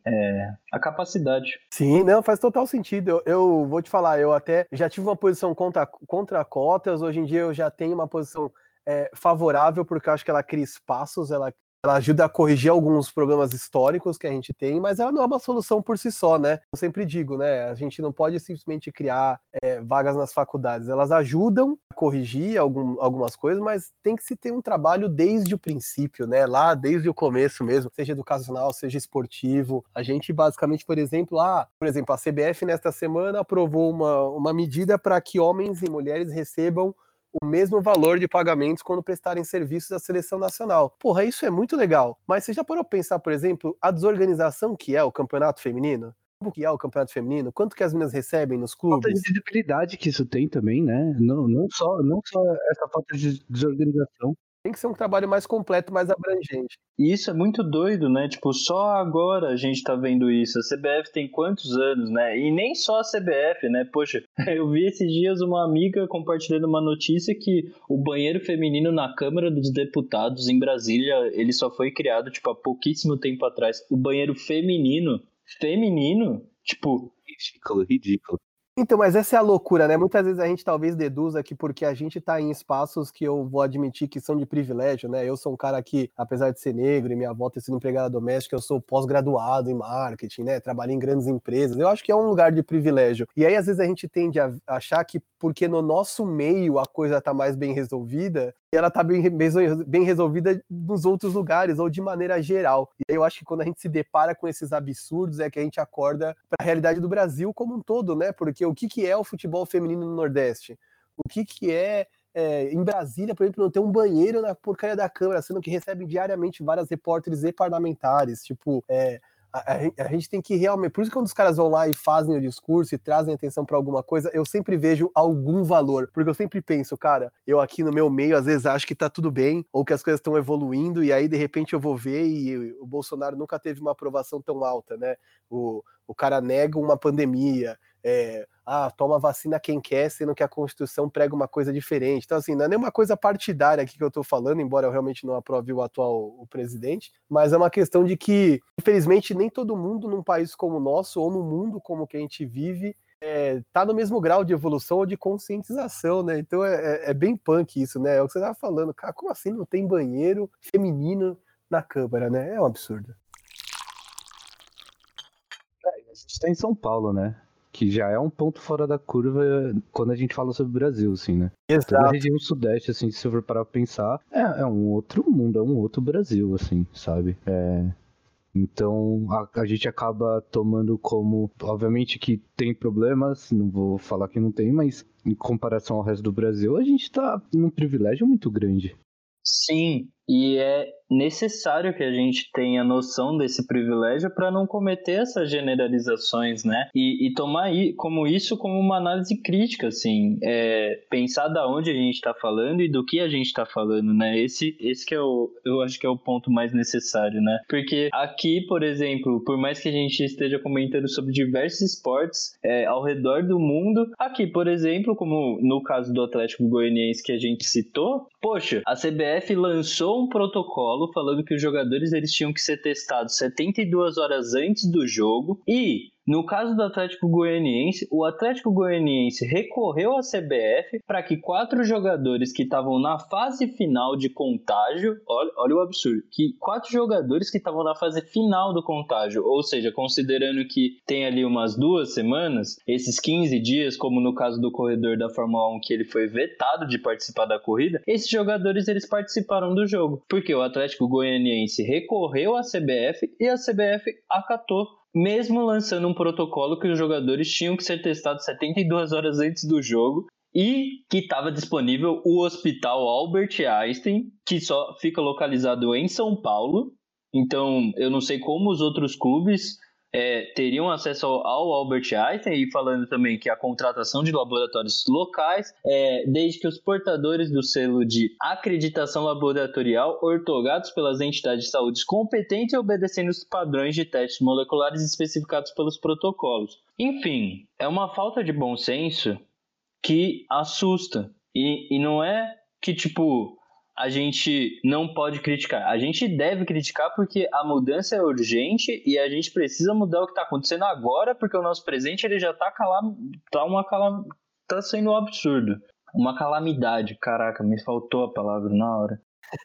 a capacidade. Sim, não, faz total sentido. Eu vou te falar, eu até já tive uma posição contra cotas, hoje em dia eu já tenho uma posição favorável, porque eu acho que ela cria espaços, ela ajuda a corrigir alguns problemas históricos que a gente tem, mas ela não é uma solução por si só, né? Eu sempre digo, né? A gente não pode simplesmente criar vagas nas faculdades. Elas ajudam a corrigir algumas coisas, mas tem que se ter um trabalho desde o princípio, né? Lá desde o começo mesmo, seja educacional, seja esportivo. A gente basicamente, por exemplo, a CBF nesta semana aprovou uma medida para que homens e mulheres recebam o mesmo valor de pagamentos quando prestarem serviços à seleção nacional. Porra, isso é muito legal. Mas você já parou pra pensar, por exemplo, a desorganização que é o campeonato feminino? Como que é o campeonato feminino? Quanto que as meninas recebem nos clubes? Falta de visibilidade que isso tem também, né? Não só essa falta de desorganização. Tem que ser um trabalho mais completo, mais abrangente. E isso é muito doido, né? Tipo, só agora a gente tá vendo isso. A CBF tem quantos anos, né? E nem só a CBF, né? Poxa, eu vi esses dias uma amiga compartilhando uma notícia que o banheiro feminino na Câmara dos Deputados em Brasília, ele só foi criado, tipo, há pouquíssimo tempo atrás. O banheiro feminino, tipo... Ridículo. Então, mas essa é a loucura, né? Muitas vezes a gente talvez deduza que porque a gente tá em espaços que eu vou admitir que são de privilégio, né? Eu sou um cara que, apesar de ser negro e minha avó ter sido empregada doméstica, eu sou pós-graduado em marketing, né? Trabalhei em grandes empresas. Eu acho que é um lugar de privilégio. E aí, às vezes, a gente tende a achar que porque no nosso meio a coisa tá mais bem resolvida, e ela tá bem resolvida nos outros lugares, ou de maneira geral. E aí eu acho que quando a gente se depara com esses absurdos, é que a gente acorda para a realidade do Brasil como um todo, né? Porque o que é o futebol feminino no Nordeste? O que é em Brasília, por exemplo, não ter um banheiro na porcaria da Câmara, sendo que recebem diariamente várias repórteres e parlamentares, tipo... A gente tem que realmente... Por isso que quando os caras vão lá e fazem o discurso e trazem atenção para alguma coisa, eu sempre vejo algum valor. Porque eu sempre penso, cara, eu aqui no meu meio, às vezes acho que tá tudo bem, ou que as coisas estão evoluindo, e aí de repente eu vou ver e o Bolsonaro nunca teve uma aprovação tão alta, né? O cara nega uma pandemia, toma vacina quem quer, sendo que a Constituição prega uma coisa diferente. Então, assim, não é nenhuma coisa partidária aqui que eu tô falando, embora eu realmente não aprove o presidente, mas é uma questão de que, infelizmente, nem todo mundo num país como o nosso, ou no mundo como que a gente vive, tá no mesmo grau de evolução ou de conscientização, né? Então é bem punk isso, né? É o que você tava falando, cara, como assim não tem banheiro feminino na Câmara, né? É um absurdo. A gente tá em São Paulo, né? Que já é um ponto fora da curva quando a gente fala sobre o Brasil, assim, né? Exato. Toda a região sudeste, assim, se eu for parar pra pensar, é um outro mundo, é um outro Brasil, assim, sabe? Então a gente acaba tomando como... Obviamente que tem problemas, não vou falar que não tem, mas em comparação ao resto do Brasil, a gente tá num privilégio muito grande. Sim, e é necessário que a gente tenha noção desse privilégio para não cometer essas generalizações, né? E tomar como uma análise crítica, assim, pensar da onde a gente está falando e do que a gente está falando, né? Esse que eu acho que é o ponto mais necessário, né? Porque aqui, por exemplo, por mais que a gente esteja comentando sobre diversos esportes ao redor do mundo, aqui, por exemplo, como no caso do Atlético Goianiense que a gente citou, poxa, a CBF lançou um protocolo falando que os jogadores eles tinham que ser testados 72 horas antes do jogo e, no caso do Atlético Goianiense, o Atlético Goianiense recorreu à CBF para que 4 jogadores que estavam na fase final de contágio, olha o absurdo, que 4 jogadores que estavam na fase final do contágio, ou seja, considerando que tem ali umas 2 semanas, esses 15 dias, como no caso do corredor da Fórmula 1, que ele foi vetado de participar da corrida, esses jogadores eles participaram do jogo, porque o Atlético Goianiense recorreu à CBF e a CBF acatou, mesmo lançando um protocolo que os jogadores tinham que ser testados 72 horas antes do jogo e que estava disponível o Hospital Albert Einstein, que só fica localizado em São Paulo. Então, eu não sei como os outros clubes teriam acesso ao Albert Einstein, e falando também que a contratação de laboratórios locais, desde que os portadores do selo de acreditação laboratorial ortogados pelas entidades de saúde competentes e obedecendo os padrões de testes moleculares especificados pelos protocolos. Enfim, é uma falta de bom senso que assusta, e não é que a gente não pode criticar. A gente deve criticar porque a mudança é urgente e a gente precisa mudar o que está acontecendo agora, porque o nosso presente ele já está sendo um absurdo. Uma calamidade. Caraca, me faltou a palavra na hora.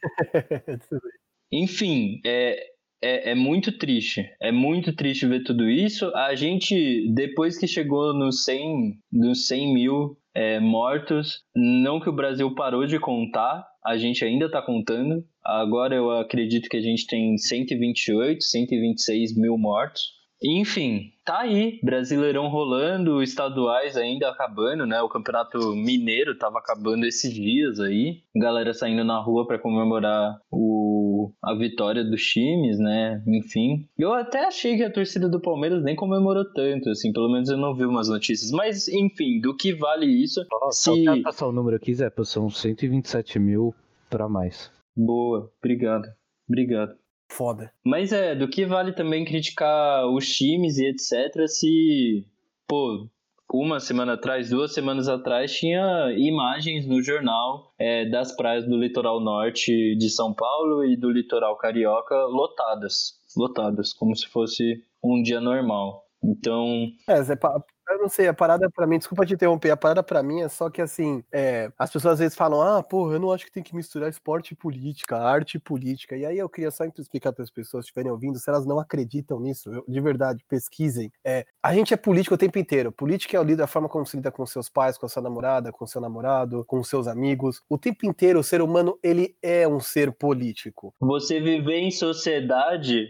Enfim, é muito triste. É muito triste ver tudo isso. A gente, depois que chegou nos 100 mil mortos, não que o Brasil parou de contar, a gente ainda está contando. Agora eu acredito que a gente tem 128, 126 mil mortos. Enfim, tá aí, Brasileirão rolando, estaduais ainda acabando, né? O Campeonato Mineiro tava acabando esses dias aí. Galera saindo na rua para comemorar a vitória dos times, né? Enfim. Eu até achei que a torcida do Palmeiras nem comemorou tanto, assim, pelo menos eu não vi umas notícias. Mas, enfim, do que vale isso? Só quero passar o número aqui, Zé, são 127 mil para mais. Boa, obrigado. Obrigado. Foda. Mas do que vale também criticar os times e etc. se, pô, uma semana atrás, 2 semanas atrás, tinha imagens no jornal das praias do litoral norte de São Paulo e do litoral carioca lotadas, como se fosse um dia normal. Então, Zé, eu não sei, a parada pra mim, desculpa te interromper, a parada pra mim é só que assim, as pessoas às vezes falam, porra, eu não acho que tem que misturar esporte e política, arte e política, e aí eu queria só explicar para as pessoas que estiverem ouvindo, se elas não acreditam nisso, de verdade, pesquisem. A gente é político o tempo inteiro, política é o líder, a forma como se lida com seus pais, com a sua namorada, com seu namorado, com seus amigos, o tempo inteiro o ser humano, ele é um ser político. Você viver em sociedade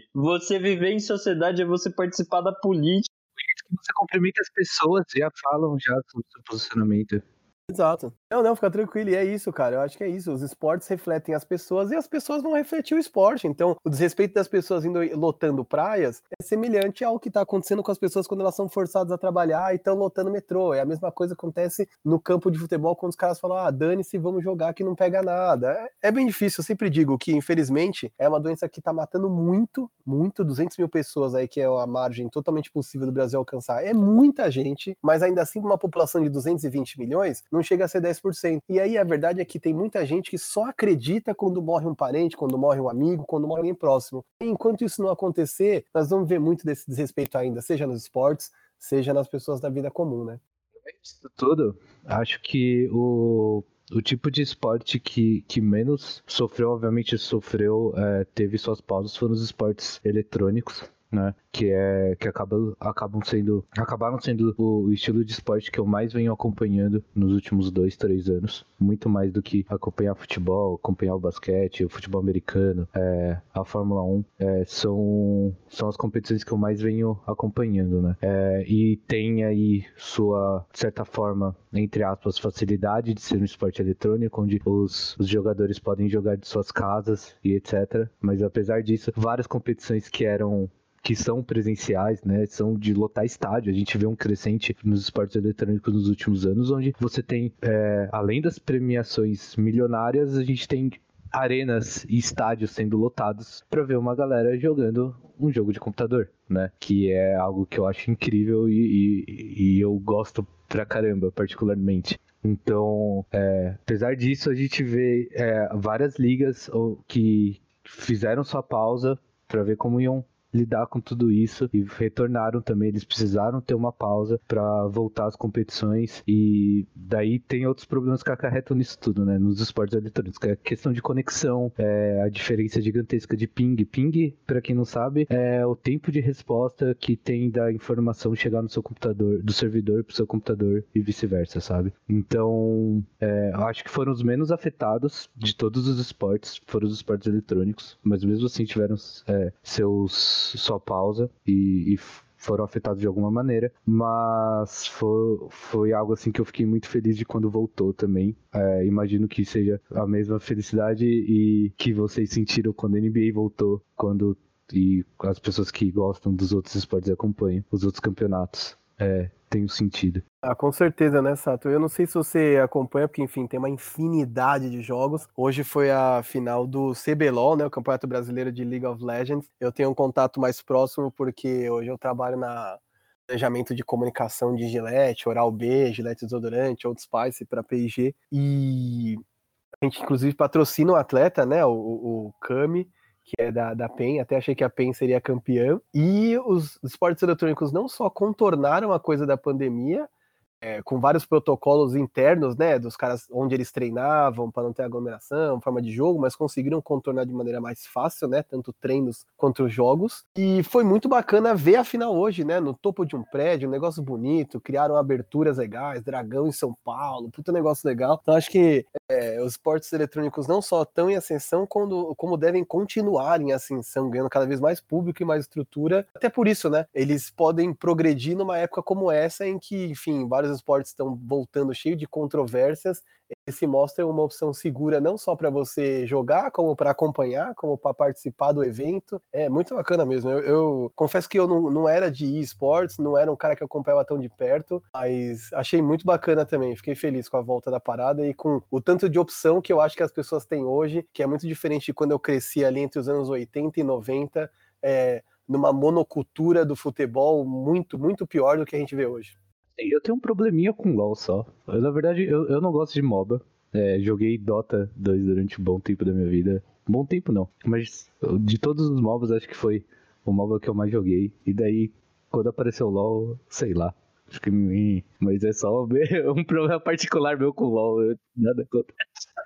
é você participar da política. Que você cumprimenta as pessoas, já falam já sobre o seu posicionamento. Exato. Não, fica tranquilo, e é isso, cara, eu acho que é isso, os esportes refletem as pessoas e as pessoas vão refletir o esporte, então o desrespeito das pessoas indo lotando praias é semelhante ao que tá acontecendo com as pessoas quando elas são forçadas a trabalhar e estão lotando metrô, é a mesma coisa que acontece no campo de futebol quando os caras falam, dane-se, vamos jogar que não pega nada, é bem difícil, eu sempre digo que infelizmente é uma doença que tá matando muito, 200 mil pessoas aí, que é a margem totalmente possível do Brasil alcançar, é muita gente, mas ainda assim uma população de 220 milhões, não chega a ser 10%. E aí a verdade é que tem muita gente que só acredita quando morre um parente, quando morre um amigo, quando morre alguém próximo. E enquanto isso não acontecer, nós vamos ver muito desse desrespeito ainda, seja nos esportes, seja nas pessoas da vida comum, né? Isso tudo, acho que o tipo de esporte que menos sofreu, obviamente teve suas pausas, foram os esportes eletrônicos, né? Que acabaram sendo o estilo de esporte que eu mais venho acompanhando nos últimos 2-3 anos. Muito mais do que acompanhar futebol, acompanhar o basquete, o futebol americano, a Fórmula 1. São as competições que eu mais venho acompanhando, né? E tem aí sua, de certa forma, entre aspas, facilidade de ser um esporte eletrônico, onde os jogadores podem jogar de suas casas e etc. Mas apesar disso, várias competições que são presenciais, né, são de lotar estádio. A gente vê um crescente nos esportes eletrônicos nos últimos anos, onde você tem, além das premiações milionárias, a gente tem arenas e estádios sendo lotados para ver uma galera jogando um jogo de computador, né, que é algo que eu acho incrível e eu gosto pra caramba, particularmente. Então, apesar disso, a gente vê várias ligas que fizeram sua pausa para ver como iam lidar com tudo isso e retornaram também. Eles precisaram ter uma pausa para voltar às competições, e daí tem outros problemas que acarretam nisso tudo, né, nos esportes eletrônicos, que é a questão de conexão, a diferença gigantesca de ping. Ping, para quem não sabe, é o tempo de resposta que tem da informação chegar no seu computador, do servidor pro seu computador e vice-versa, sabe? Então, eu acho que foram os menos afetados de todos os esportes, foram os esportes eletrônicos, mas mesmo assim tiveram sua pausa e foram afetados de alguma maneira, mas foi algo assim que eu fiquei muito feliz de quando voltou também. Imagino que seja a mesma felicidade e que vocês sentiram quando a NBA voltou, e as pessoas que gostam dos outros esportes e acompanham os outros campeonatos tem um sentido. Com certeza, né, Sato? Eu não sei se você acompanha, porque, enfim, tem uma infinidade de jogos. Hoje foi a final do CBLOL, né, o Campeonato Brasileiro de League of Legends. Eu tenho um contato mais próximo porque hoje eu trabalho na planejamento de comunicação de Gillette, Oral-B, Gillette Desodorante, Old Spice para P&G. E a gente, inclusive, patrocina o atleta, né, o Kami, que é da PEN, até achei que a PEN seria campeã. E os esportes eletrônicos não só contornaram a coisa da pandemia, com vários protocolos internos, né, dos caras onde eles treinavam para não ter aglomeração, forma de jogo, mas conseguiram contornar de maneira mais fácil, né, tanto treinos quanto jogos. E foi muito bacana ver a final hoje, né, no topo de um prédio, um negócio bonito, criaram aberturas legais, Dragão em São Paulo, puta negócio legal. Então acho que os esportes eletrônicos não só estão em ascensão, como devem continuar em ascensão, ganhando cada vez mais público e mais estrutura. Até por isso, né, eles podem progredir numa época como essa, em que, enfim, vários esportes estão voltando cheio de controvérsias, esse mostra uma opção segura não só para você jogar, como para acompanhar, como para participar do evento. É muito bacana mesmo. Eu confesso que eu não era de esportes, não era um cara que acompanhava tão de perto, mas achei muito bacana também. Fiquei feliz com a volta da parada e com o tanto de opção que eu acho que as pessoas têm hoje, que é muito diferente de quando eu cresci ali entre os anos 80 e 90, numa monocultura do futebol muito, muito pior do que a gente vê hoje. Eu tenho um probleminha com LoL só. Na verdade, eu não gosto de MOBA. Joguei Dota 2 durante um bom tempo da minha vida. Bom tempo não, mas de todos os MOBAs acho que foi o MOBA que eu mais joguei. E daí, quando apareceu o LoL, sei lá. Acho que mas é só um problema particular meu com o LoL. Nada contra.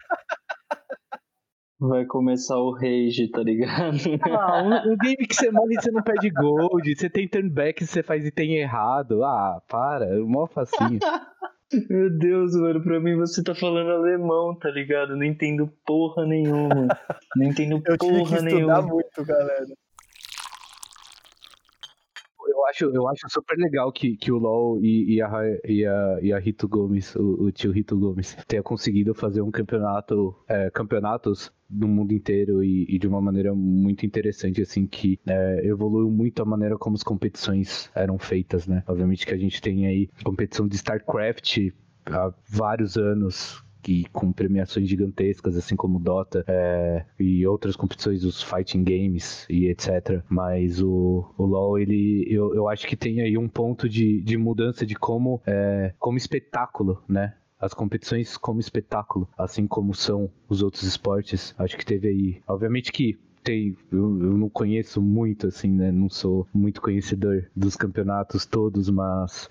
Vai começar o rage, tá ligado? Um game que você morre e você não perde gold, você tem turn back e você faz item errado. Para, mó facinho. Meu Deus, mano, pra mim você tá falando alemão, tá ligado? Não entendo porra nenhuma. Não entendo Eu tive que porra estudar nenhuma. muito, galera. Eu acho super legal que o LoL e a Rito Gomes, o tio Rito Gomes, tenha conseguido fazer um campeonatos no mundo inteiro e de uma maneira muito interessante, assim, que evoluiu muito a maneira como as competições eram feitas, né? Obviamente que a gente tem aí competição de StarCraft há vários anos, e com premiações gigantescas, assim como Dota e outras competições, os fighting games e etc. Mas o LoL, eu acho que tem aí um ponto de mudança de como espetáculo, né? As competições como espetáculo, assim como são os outros esportes. Acho que teve aí, obviamente que eu não conheço muito, assim, né? Não sou muito conhecedor dos campeonatos todos, mas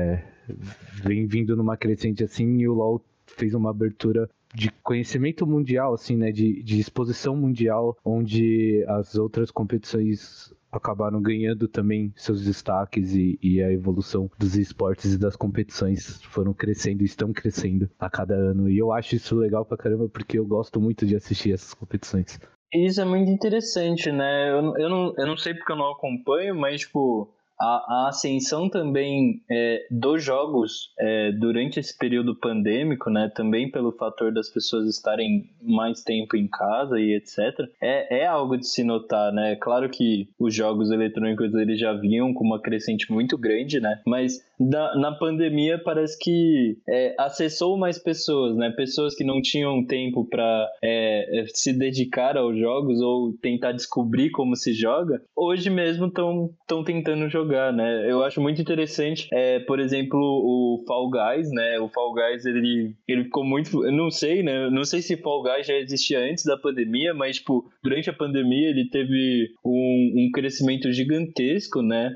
vem vindo numa crescente assim, e o LoL fez uma abertura de conhecimento mundial, assim, né, de exposição mundial, onde as outras competições acabaram ganhando também seus destaques e a evolução dos esportes e das competições foram crescendo e estão crescendo a cada ano. E eu acho isso legal pra caramba, porque eu gosto muito de assistir essas competições. Isso é muito interessante, né? Eu não sei porque eu não acompanho, mas, tipo, a ascensão também dos jogos durante esse período pandêmico, né? Também pelo fator das pessoas estarem mais tempo em casa e etc. É algo de se notar, né? Claro que os jogos eletrônicos eles já vinham com uma crescente muito grande, né? Mas na pandemia parece que acessou mais pessoas, né? Pessoas que não tinham tempo para se dedicar aos jogos ou tentar descobrir como se joga, hoje mesmo estão tentando jogar, né? Eu acho muito interessante, por exemplo, o Fall Guys, né? O Fall Guys, ele ficou muito... Eu não sei, né? Eu não sei se Fall Guys já existia antes da pandemia, mas, tipo, durante a pandemia ele teve um crescimento gigantesco, né?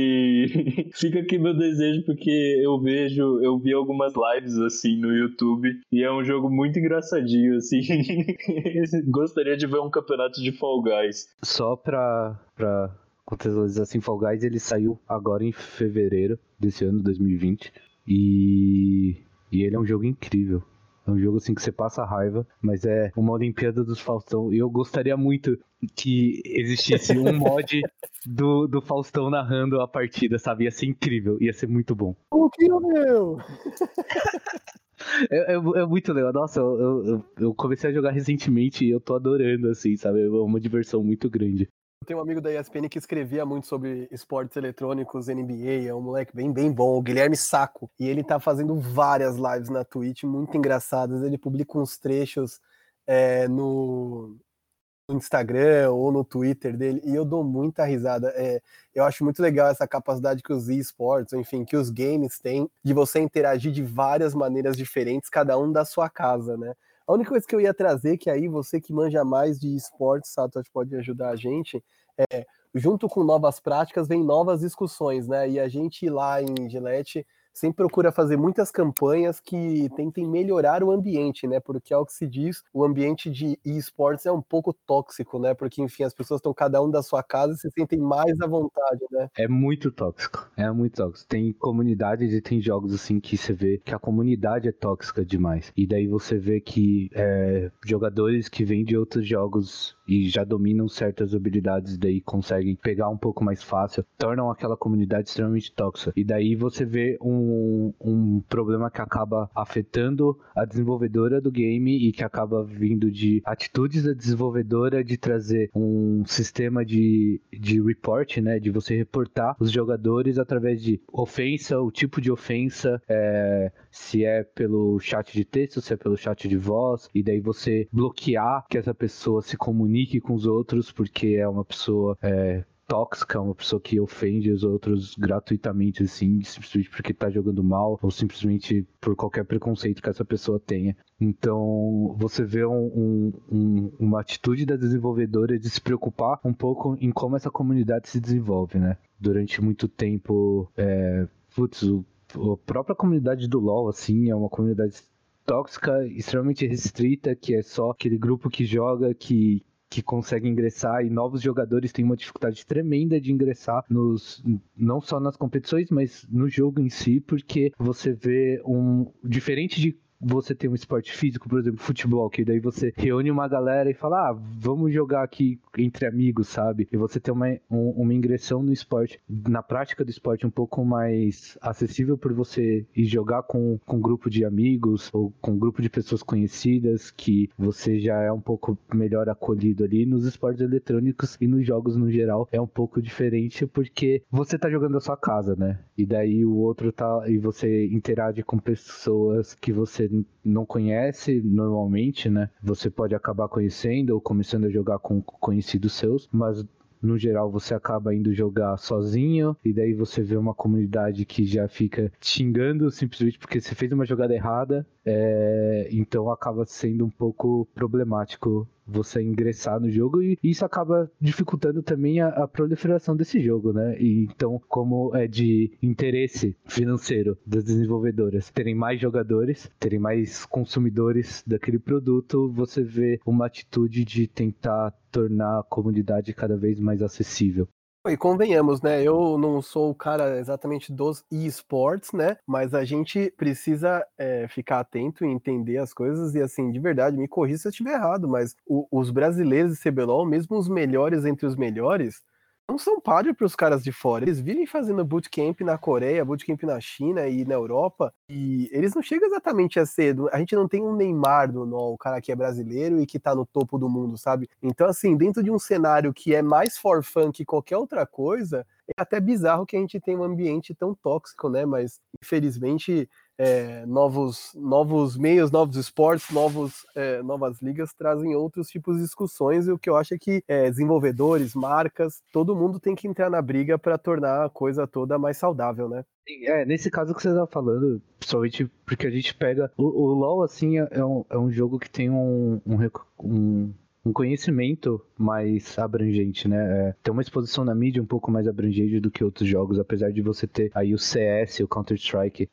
E fica aqui meu desejo, porque eu vi algumas lives, assim, no YouTube, e é um jogo muito engraçadinho, assim. Gostaria de ver um campeonato de Fall Guys. Só pra contextualizar assim, Fall Guys, ele saiu agora em fevereiro desse ano, 2020, e ele é um jogo incrível. É um jogo assim que você passa raiva, mas é uma Olimpíada dos Faustão. E eu gostaria muito que existisse um mod do Faustão narrando a partida, sabe? Ia ser incrível, ia ser muito bom. O que, meu? É muito legal. Nossa, eu comecei a jogar recentemente e eu tô adorando, assim, sabe? É uma diversão muito grande. Eu tenho um amigo da ESPN que escrevia muito sobre esportes eletrônicos, NBA, é um moleque bem, bem bom, o Guilherme Sacco. E ele tá fazendo várias lives na Twitch, muito engraçadas. Ele publica uns trechos no Instagram ou no Twitter dele, e eu dou muita risada. Eu acho muito legal essa capacidade que os esportes, enfim, que os games têm, de você interagir de várias maneiras diferentes, cada um da sua casa, né? A única coisa que eu ia trazer, que aí você que manja mais de esportes, Satoshi, pode ajudar a gente, junto com novas práticas, vem novas discussões, né? E a gente lá em Gillette sempre procura fazer muitas campanhas que tentem melhorar o ambiente, né? Porque é o que se diz, o ambiente de esportes é um pouco tóxico, né? Porque, enfim, as pessoas estão cada um da sua casa e se sentem mais à vontade, né? É muito tóxico, Tem comunidades e tem jogos assim que você vê que a comunidade é tóxica demais. E daí você vê que jogadores que vêm de outros jogos e já dominam certas habilidades, daí conseguem pegar um pouco mais fácil, tornam aquela comunidade extremamente tóxica. E daí você vê um problema que acaba afetando a desenvolvedora do game e que acaba vindo de atitudes da desenvolvedora de trazer um sistema de report, né, de você reportar os jogadores através de ofensa, o tipo de ofensa, se é pelo chat de texto, se é pelo chat de voz, e daí você bloquear que essa pessoa se comunique com os outros porque é uma pessoa tóxica, uma pessoa que ofende os outros gratuitamente, assim, simplesmente porque tá jogando mal, ou simplesmente por qualquer preconceito que essa pessoa tenha. Então, você vê uma atitude da desenvolvedora de se preocupar um pouco em como essa comunidade se desenvolve, né? Durante muito tempo, a própria comunidade do LoL, assim, é uma comunidade tóxica, extremamente restrita, que é só aquele grupo que joga, que consegue ingressar, e novos jogadores têm uma dificuldade tremenda de ingressar não só nas competições, mas no jogo em si, porque você vê diferente de você ter um esporte físico, por exemplo, futebol, que daí você reúne uma galera e fala, vamos jogar aqui entre amigos, sabe? E você tem uma ingressão no esporte, na prática do esporte um pouco mais acessível por você ir jogar com um grupo de amigos ou com um grupo de pessoas conhecidas, que você já é um pouco melhor acolhido ali. Nos esportes eletrônicos e nos jogos no geral é um pouco diferente, porque você tá jogando a sua casa, né? E daí o outro e você interage com pessoas que você não conhece normalmente, né? Você pode acabar conhecendo ou começando a jogar com conhecidos seus, mas no geral você acaba indo jogar sozinho, e daí você vê uma comunidade que já fica te xingando simplesmente porque você fez uma jogada errada, então acaba sendo um pouco problemático você ingressar no jogo, e isso acaba dificultando também a proliferação desse jogo, né? E então, como é de interesse financeiro das desenvolvedoras terem mais jogadores, terem mais consumidores daquele produto, você vê uma atitude de tentar tornar a comunidade cada vez mais acessível. E convenhamos, né? Eu não sou o cara exatamente dos esportes, né? Mas a gente precisa ficar atento e entender as coisas. E assim, de verdade, me corrija se eu estiver errado, mas os brasileiros de CBLOL, mesmo os melhores entre os melhores, não são páreo para os caras de fora. Eles vivem fazendo bootcamp na Coreia, bootcamp na China e na Europa, e eles não chegam exatamente a ser. A gente não tem um Neymar no LoL, o cara que é brasileiro e que tá no topo do mundo, sabe? Então, assim, dentro de um cenário que é mais for fun que qualquer outra coisa, é até bizarro que a gente tenha um ambiente tão tóxico, né? Mas, infelizmente, novos meios, novos esportes, novas ligas trazem outros tipos de discussões, e o que eu acho é que desenvolvedores, marcas, todo mundo tem que entrar na briga para tornar a coisa toda mais saudável, né? Nesse caso que você tá falando, principalmente porque a gente pega... O LoL, assim, é um jogo que tem um conhecimento mais abrangente, né? Tem uma exposição na mídia um pouco mais abrangente do que outros jogos, apesar de você ter aí o CS, o Counter-Strike,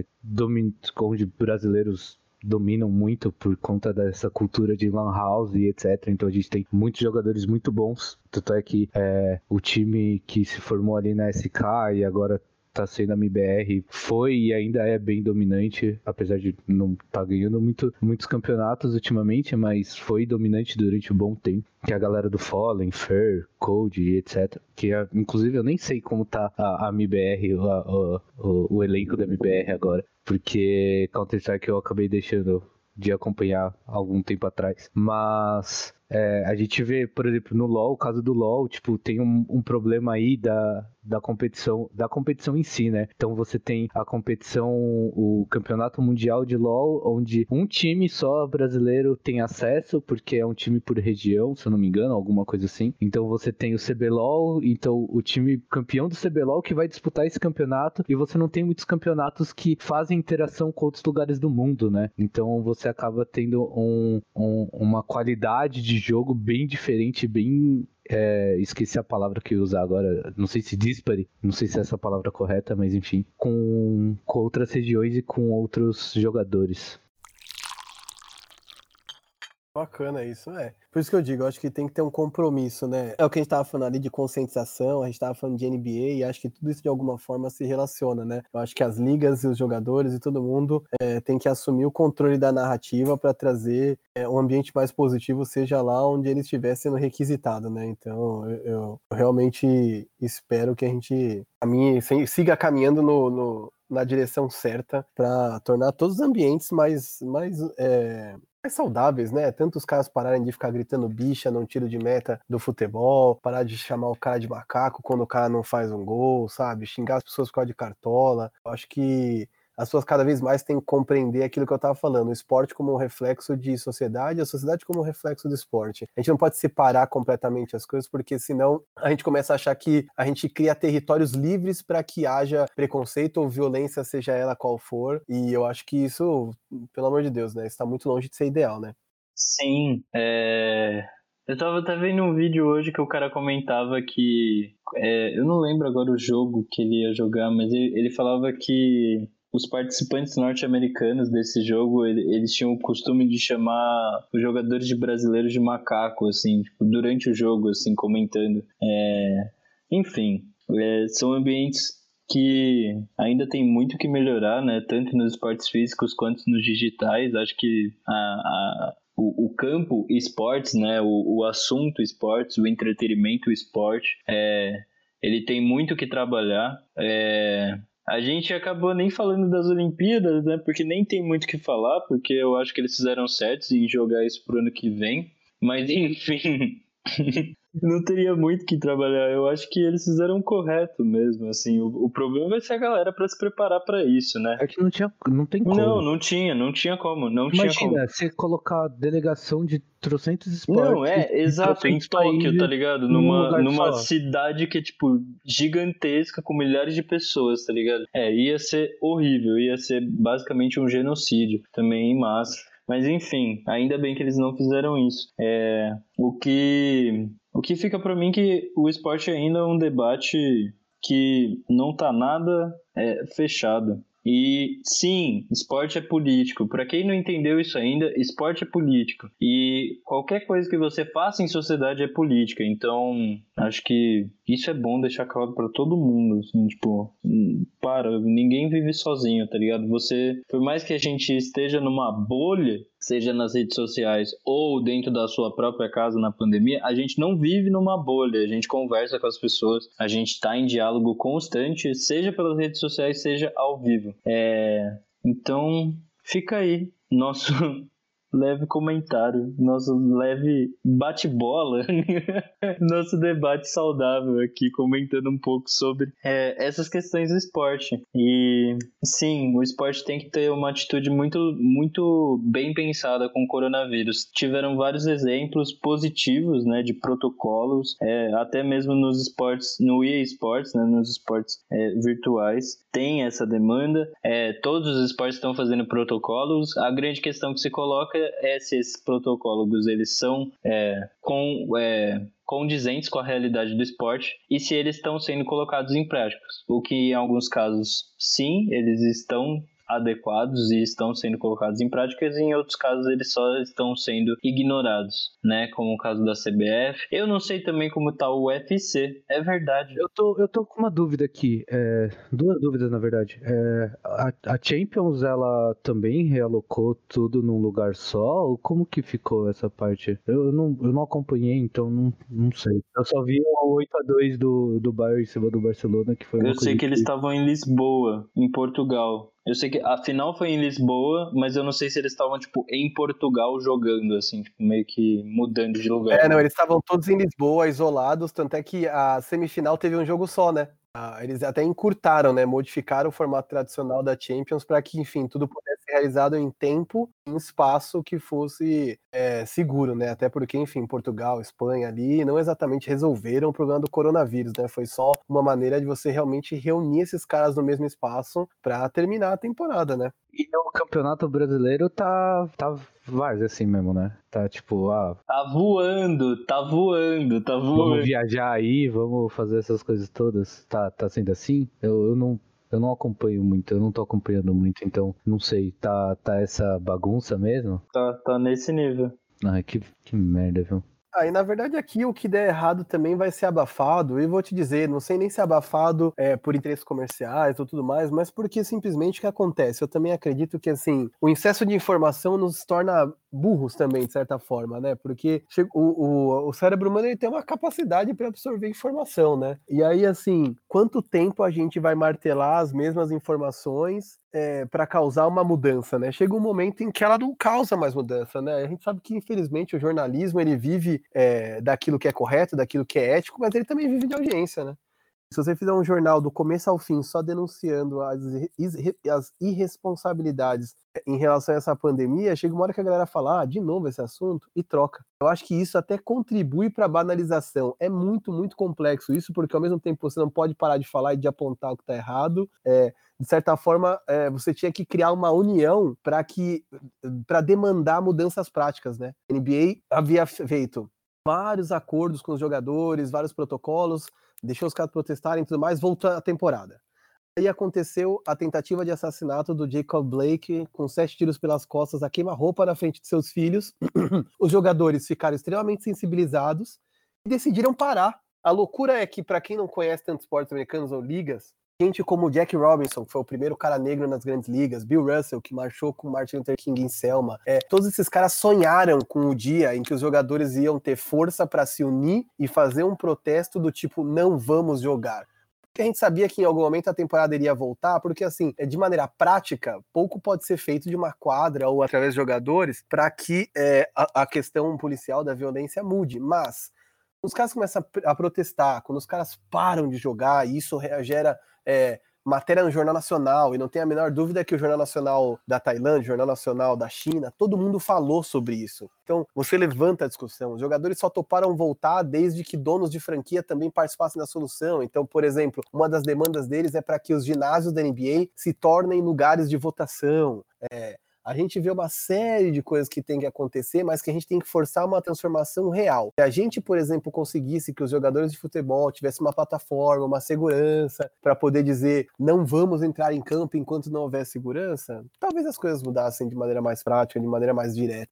onde brasileiros dominam muito por conta dessa cultura de lan house e etc. Então a gente tem muitos jogadores muito bons, tanto é que o time que se formou ali na SK e agora tá sendo a MBR, foi e ainda é bem dominante, apesar de não estar ganhando muitos campeonatos ultimamente, mas foi dominante durante um bom tempo. Que é a galera do Fallen, Fer, Code e etc. Que inclusive eu nem sei como tá a MBR, o elenco da MBR agora, porque Counter-Strike eu acabei deixando de acompanhar algum tempo atrás. Mas a gente vê, por exemplo, no LoL, o caso do LoL, tipo, tem um problema aí da competição em si, né? Então você tem a competição, o campeonato mundial de LoL, onde um time só brasileiro tem acesso, porque é um time por região, se eu não me engano, alguma coisa assim. Então você tem o CBLOL, então o time campeão do CBLOL que vai disputar esse campeonato, e você não tem muitos campeonatos que fazem interação com outros lugares do mundo, né? Então você acaba tendo uma qualidade de jogo bem diferente, bem... esqueci a palavra que eu ia usar agora, não sei se dispare, não sei se é essa a palavra correta, mas enfim, com outras regiões e com outros jogadores. Bacana isso, Por isso que eu digo, eu acho que tem que ter um compromisso, né? É o que a gente tava falando ali de conscientização, a gente tava falando de NBA, e acho que tudo isso de alguma forma se relaciona, né? Eu acho que as ligas e os jogadores e todo mundo tem que assumir o controle da narrativa para trazer um ambiente mais positivo, seja lá onde ele estiver sendo requisitado, né? Então, eu realmente espero que a gente siga caminhando na direção certa para tornar todos os ambientes mais saudáveis, né? Tanto os caras pararem de ficar gritando bicha num tiro de meta do futebol, parar de chamar o cara de macaco quando o cara não faz um gol, sabe? Xingar as pessoas por causa de cartola. Eu acho que as pessoas cada vez mais têm que compreender aquilo que eu estava falando, o esporte como um reflexo de sociedade, a sociedade como um reflexo do esporte. A gente não pode separar completamente as coisas, porque senão a gente começa a achar que a gente cria territórios livres para que haja preconceito ou violência, seja ela qual for, e eu acho que isso, pelo amor de Deus, né, está muito longe de ser ideal, né? Sim, eu tava até vendo um vídeo hoje que o cara comentava que... eu não lembro agora o jogo que ele ia jogar, mas ele falava que os participantes norte-americanos desse jogo, eles tinham o costume de chamar os jogadores de brasileiros de macaco, assim, tipo, durante o jogo, assim, comentando. Enfim, são ambientes que ainda tem muito que melhorar, né? Tanto nos esportes físicos quanto nos digitais. Acho que o campo esportes, né? O assunto esportes, o entretenimento esporte, ele tem muito que trabalhar. A gente acabou nem falando das Olimpíadas, né? Porque nem tem muito o que falar, porque eu acho que eles fizeram certo em jogar isso pro ano que vem. Mas, enfim, não teria muito o que trabalhar. Eu acho que eles fizeram correto mesmo, assim. O problema vai ser a galera para se preparar para isso, né? É que não tem como. Não tinha como. Imagina, você colocar delegação de trocentos Não, esportes de exato, em trocentos Tóquio, tá países ligado? num lugar Numa só. cidade que é, tipo, gigantesca, com milhares de pessoas, tá ligado? Ia ser horrível, ia ser basicamente um genocídio, também em massa. Mas enfim, ainda bem que eles não fizeram isso. O que fica pra mim que o esporte ainda é um debate que não tá nada fechado. E sim, esporte é político. Para quem não entendeu isso ainda, esporte é político. E qualquer coisa que você faça em sociedade é política. Então, acho que isso é bom deixar claro para todo mundo. Assim, tipo, ninguém vive sozinho, tá ligado? Por mais que a gente esteja numa bolha, seja nas redes sociais ou dentro da sua própria casa na pandemia, a gente não vive numa bolha, a gente conversa com as pessoas, a gente está em diálogo constante, seja pelas redes sociais, seja ao vivo. Então, fica aí nosso leve comentário, nosso leve bate-bola, nosso debate saudável aqui, comentando um pouco sobre essas questões do esporte. E sim, o esporte tem que ter uma atitude muito, muito bem pensada com o coronavírus. Tiveram vários exemplos positivos, né, de protocolos, até mesmo nos esportes, no EA Sports, né, nos esportes virtuais, tem essa demanda. Todos os esportes estão fazendo protocolos. A grande questão que se coloca se esses protocolos eles são condizentes com a realidade do esporte e se eles estão sendo colocados em práticas. O que em alguns casos, sim, eles estão adequados e estão sendo colocados em práticas, e em outros casos eles só estão sendo ignorados, né? Como o caso da CBF. Eu não sei também como tá o UFC, é verdade. Eu tô com uma dúvida aqui, duas dúvidas na verdade. A Champions, ela também realocou tudo num lugar só? Ou como que ficou essa parte? Eu não acompanhei, então não sei. Eu só vi o 8-2 do Bayern em cima do Barcelona, que foi uma Eu coisa sei que eles estavam em Lisboa, em Portugal. Eu sei que a final foi em Lisboa, mas eu não sei se eles estavam, tipo, em Portugal jogando, assim, tipo, meio que mudando de lugar. Não, eles estavam todos em Lisboa, isolados, tanto é que a semifinal teve um jogo só, né? Eles até encurtaram, né? Modificaram o formato tradicional da Champions para que, enfim, tudo pudesse ser realizado em tempo, em espaço que fosse seguro, né? Até porque, enfim, Portugal, Espanha ali não exatamente resolveram o problema do coronavírus, né? Foi só uma maneira de você realmente reunir esses caras no mesmo espaço para terminar a temporada, né? E o Campeonato Brasileiro tá várzea assim mesmo, né? Tá tipo, Tá voando. vamos viajar aí, vamos fazer essas coisas todas. Tá sendo assim? Eu não acompanho muito, eu não tô acompanhando muito, então não sei. Tá essa bagunça mesmo? Tá nesse nível. Ai, que merda, viu? E na verdade aqui o que der errado também vai ser abafado, e vou te dizer, não sei nem se é abafado por interesses comerciais ou tudo mais, mas porque simplesmente o que acontece? Eu também acredito que, assim, o excesso de informação nos torna burros também, de certa forma, né? Porque o cérebro humano ele tem uma capacidade para absorver informação, né? E aí, assim, quanto tempo a gente vai martelar as mesmas informações para causar uma mudança, né? Chega um momento em que ela não causa mais mudança, né? A gente sabe que, infelizmente, o jornalismo ele vive daquilo que é correto, daquilo que é ético, mas ele também vive de audiência, né? Se você fizer um jornal do começo ao fim só denunciando as irresponsabilidades em relação a essa pandemia, chega uma hora que a galera fala, de novo esse assunto, e troca. Eu acho que isso até contribui para a banalização. É muito, muito complexo isso, porque ao mesmo tempo você não pode parar de falar e de apontar o que está errado. De certa forma, você tinha que criar uma união para demandar mudanças práticas, né? A NBA havia feito vários acordos com os jogadores, vários protocolos, deixou os caras protestarem e tudo mais, voltou a temporada. Aí aconteceu a tentativa de assassinato do Jacob Blake, com 7 tiros pelas costas, a queima-roupa na frente de seus filhos. Os jogadores ficaram extremamente sensibilizados e decidiram parar. A loucura é que, para quem não conhece tanto esportes americanos ou ligas, gente como Jack Robinson, que foi o primeiro cara negro nas grandes ligas, Bill Russell, que marchou com Martin Luther King em Selma, todos esses caras sonharam com o dia em que os jogadores iam ter força para se unir e fazer um protesto do tipo, não vamos jogar. Porque a gente sabia que em algum momento a temporada iria voltar, porque assim, de maneira prática, pouco pode ser feito de uma quadra ou através de jogadores para que a questão policial da violência mude, mas os caras começam a protestar, quando os caras param de jogar, e isso gera matéria no Jornal Nacional, e não tem a menor dúvida que o Jornal Nacional da Tailândia, o Jornal Nacional da China, todo mundo falou sobre isso. Então, você levanta a discussão. Os jogadores só toparam voltar desde que donos de franquia também participassem da solução. Então, por exemplo, uma das demandas deles é para que os ginásios da NBA se tornem lugares de votação. A gente vê uma série de coisas que tem que acontecer, mas que a gente tem que forçar uma transformação real. Se a gente, por exemplo, conseguisse que os jogadores de futebol tivessem uma plataforma, uma segurança, para poder dizer não vamos entrar em campo enquanto não houver segurança, talvez as coisas mudassem de maneira mais prática, de maneira mais direta.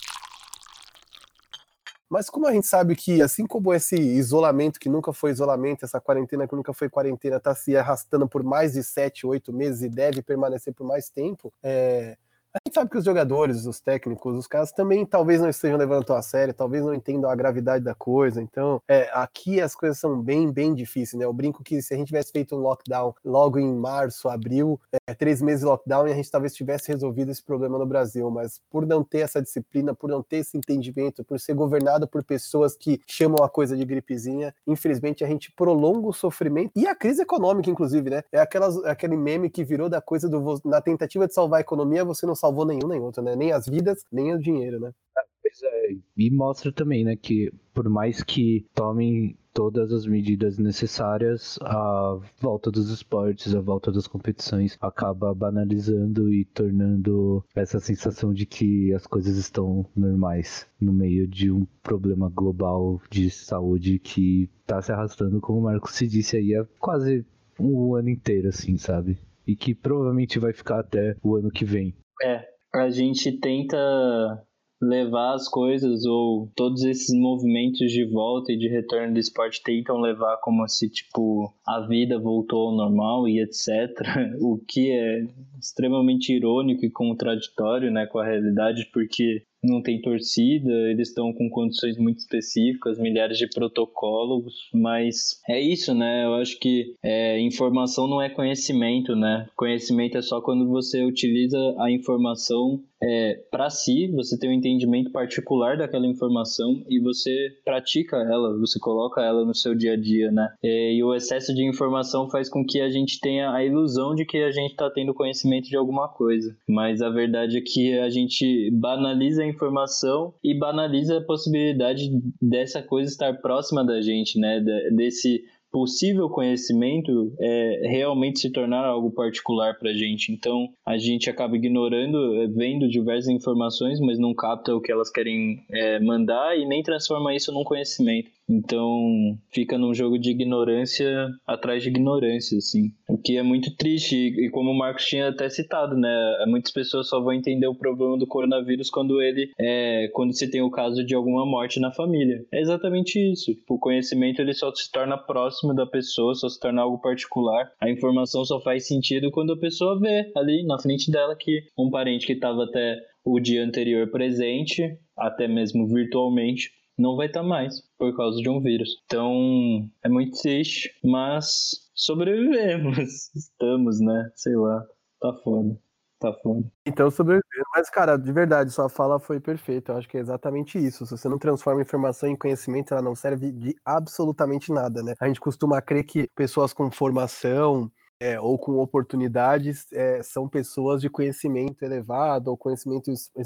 Mas como a gente sabe que, assim como esse isolamento que nunca foi isolamento, essa quarentena que nunca foi quarentena, está se arrastando por mais de 7, 8 meses e deve permanecer por mais tempo, a gente sabe que os jogadores, os técnicos, os caras também talvez não estejam levando tão a sério, talvez não entendam a gravidade da coisa. Então, aqui as coisas são bem, bem difíceis, né? Eu brinco que se a gente tivesse feito um lockdown logo em março, abril, 3 meses de lockdown, e a gente talvez tivesse resolvido esse problema no Brasil. Mas por não ter essa disciplina, por não ter esse entendimento, por ser governado por pessoas que chamam a coisa de gripezinha, infelizmente a gente prolonga o sofrimento e a crise econômica, inclusive, né? É aquele meme que virou da coisa na tentativa de salvar a economia, você não salvou nenhum nem outro, né? Nem as vidas, nem o dinheiro, né? Pois é, e mostra também, né, que por mais que tomem todas as medidas necessárias, a volta dos esportes, a volta das competições acaba banalizando e tornando essa sensação de que as coisas estão normais no meio de um problema global de saúde que tá se arrastando, como o Marcos se disse aí, há quase um ano inteiro, assim, sabe? E que provavelmente vai ficar até o ano que vem. A gente tenta levar as coisas, ou todos esses movimentos de volta e de retorno do esporte tentam levar como se, tipo, a vida voltou ao normal e etc. O que é extremamente irônico e contraditório, né, com a realidade, porque não tem torcida, eles estão com condições muito específicas, milhares de protocolos, mas é isso, né? Eu acho que informação não é conhecimento, né? Conhecimento é só quando você utiliza a informação para si, você tem um entendimento particular daquela informação e você pratica ela, você coloca ela no seu dia a dia, né? E o excesso de informação faz com que a gente tenha a ilusão de que a gente está tendo conhecimento de alguma coisa, mas a verdade é que a gente banaliza a informação e banaliza a possibilidade dessa coisa estar próxima da gente, né? Desse possível conhecimento realmente se tornar algo particular para a gente. Então, a gente acaba ignorando, vendo diversas informações, mas não capta o que elas querem mandar e nem transforma isso num conhecimento. Então fica num jogo de ignorância atrás de ignorância, assim. O que é muito triste, e como o Marcos tinha até citado, né? Muitas pessoas só vão entender o problema do coronavírus quando se tem o caso de alguma morte na família. É exatamente isso. O conhecimento ele só se torna próximo da pessoa, só se torna algo particular. A informação só faz sentido quando a pessoa vê ali na frente dela que um parente que estava até o dia anterior presente, até mesmo virtualmente, não vai estar mais por causa de um vírus. Então, é muito triste, mas sobrevivemos. Estamos, né? Sei lá. Tá foda. Tá foda. Então, sobreviver. Mas, cara, de verdade, sua fala foi perfeita. Eu acho que é exatamente isso. Se você não transforma informação em conhecimento, ela não serve de absolutamente nada, né? A gente costuma crer que pessoas com formação ou com oportunidades são pessoas de conhecimento elevado ou conhecimento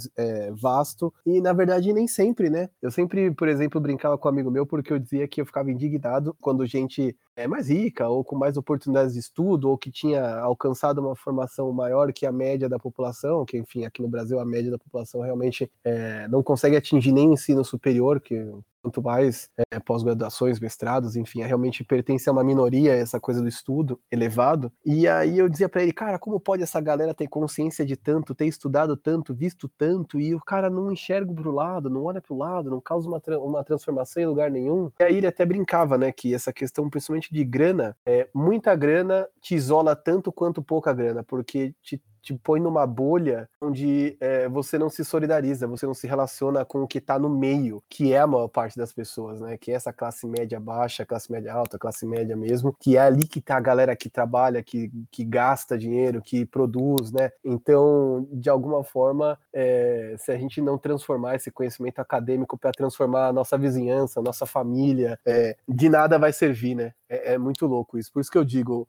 vasto, e na verdade nem sempre, né? Eu sempre, por exemplo, brincava com um amigo meu porque eu dizia que eu ficava indignado quando gente mais rica ou com mais oportunidades de estudo ou que tinha alcançado uma formação maior que a média da população, que enfim, aqui no Brasil a média da população realmente não consegue atingir nem o ensino superior, que quanto mais pós-graduações, mestrados, enfim, realmente pertence a uma minoria essa coisa do estudo elevado. E aí eu dizia pra ele, cara, como pode essa galera ter consciência de tanto, ter estudado tanto, visto tanto, e o cara não enxerga pro lado, não olha pro lado, não causa uma transformação em lugar nenhum? E aí ele até brincava, né, que essa questão, principalmente de grana, muita grana te isola tanto quanto pouca grana, porque te põe numa bolha onde você não se solidariza, você não se relaciona com o que está no meio, que é a maior parte das pessoas, né? Que é essa classe média baixa, classe média alta, classe média mesmo, que é ali que tá a galera que trabalha, que gasta dinheiro, que produz, né? Então, de alguma forma, se a gente não transformar esse conhecimento acadêmico para transformar a nossa vizinhança, a nossa família, de nada vai servir, né? É muito louco isso. Por isso que eu digo,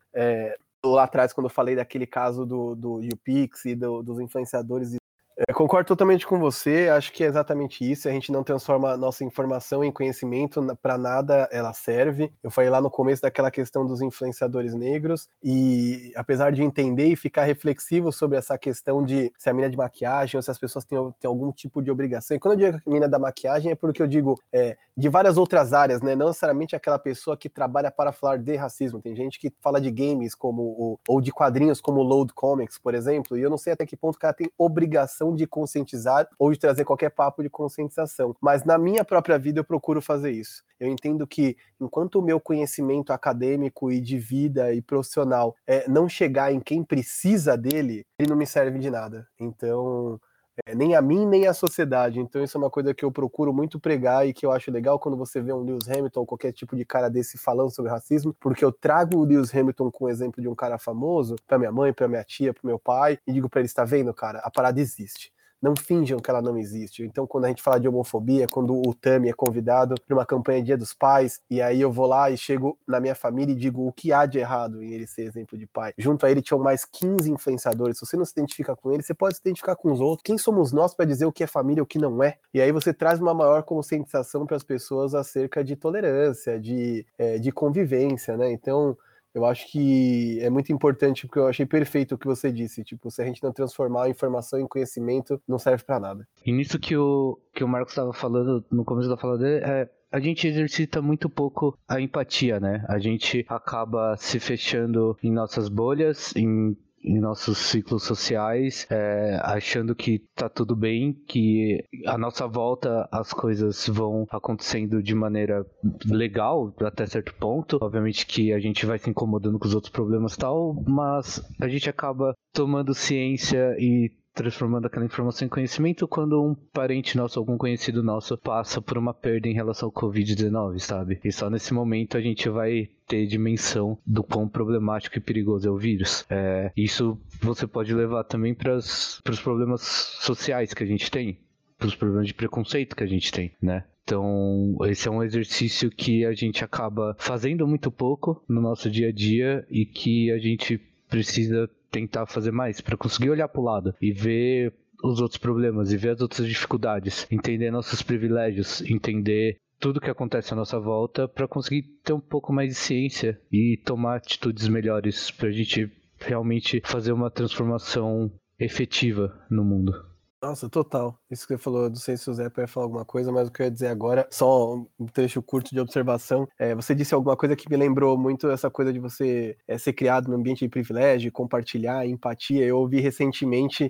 lá atrás, quando eu falei daquele caso do YouPix e dos influenciadores. Concordo totalmente com você, acho que é exatamente isso. A gente não transforma a nossa informação em conhecimento, para nada ela serve. Eu falei lá no começo daquela questão dos influenciadores negros, e apesar de entender e ficar reflexivo sobre essa questão de se a mina de maquiagem ou se as pessoas têm algum tipo de obrigação. E quando eu digo mina da maquiagem, é porque eu digo de várias outras áreas, né? Não necessariamente aquela pessoa que trabalha para falar de racismo. Tem gente que fala de games ou de quadrinhos como Load Comics, por exemplo, e eu não sei até que ponto o cara tem obrigação de conscientizar ou de trazer qualquer papo de conscientização. Mas na minha própria vida eu procuro fazer isso. Eu entendo que enquanto o meu conhecimento acadêmico e de vida e profissional não chegar em quem precisa dele, ele não me serve de nada. Então, nem a mim, nem a sociedade. Então isso é uma coisa que eu procuro muito pregar e que eu acho legal quando você vê um Lewis Hamilton ou qualquer tipo de cara desse falando sobre racismo, porque eu trago o Lewis Hamilton com o exemplo de um cara famoso pra minha mãe, pra minha tia, pro meu pai, e digo pra eles, tá vendo, cara, a parada existe. Não finjam que ela não existe. Então, quando a gente fala de homofobia, quando o Tami é convidado para uma campanha Dia dos Pais, e aí eu vou lá e chego na minha família e digo o que há de errado em ele ser exemplo de pai. Junto a ele tinham mais 15 influenciadores. Se você não se identifica com ele, você pode se identificar com os outros. Quem somos nós para dizer o que é família e o que não é? E aí você traz uma maior conscientização para as pessoas acerca de tolerância, de convivência, né? Então, eu acho que é muito importante, porque eu achei perfeito o que você disse. Tipo, se a gente não transformar a informação em conhecimento, não serve pra nada. E nisso que o Marcos estava falando, no começo da fala dele, a gente exercita muito pouco a empatia, né? A gente acaba se fechando em nossas bolhas, em nossos ciclos sociais, achando que tá tudo bem, que à nossa volta as coisas vão acontecendo de maneira legal até certo ponto. Obviamente que a gente vai se incomodando com os outros problemas e tal, mas a gente acaba tomando ciência e transformando aquela informação em conhecimento quando um parente nosso, algum conhecido nosso, passa por uma perda em relação ao Covid-19, sabe? E só nesse momento a gente vai ter dimensão do quão problemático e perigoso é o vírus. Isso você pode levar também para os problemas sociais que a gente tem, para os problemas de preconceito que a gente tem, né? Então, esse é um exercício que a gente acaba fazendo muito pouco no nosso dia a dia e que a gente precisa tentar fazer mais para conseguir olhar para o lado e ver os outros problemas e ver as outras dificuldades, entender nossos privilégios, entender tudo que acontece à nossa volta para conseguir ter um pouco mais de ciência e tomar atitudes melhores para a gente realmente fazer uma transformação efetiva no mundo. Nossa, total. Isso que você falou, não sei se o Zé vai falar alguma coisa, mas o que eu ia dizer agora, só um trecho curto de observação. Você disse alguma coisa que me lembrou muito essa coisa de você ser criado num ambiente de privilégio, compartilhar, empatia. Eu ouvi recentemente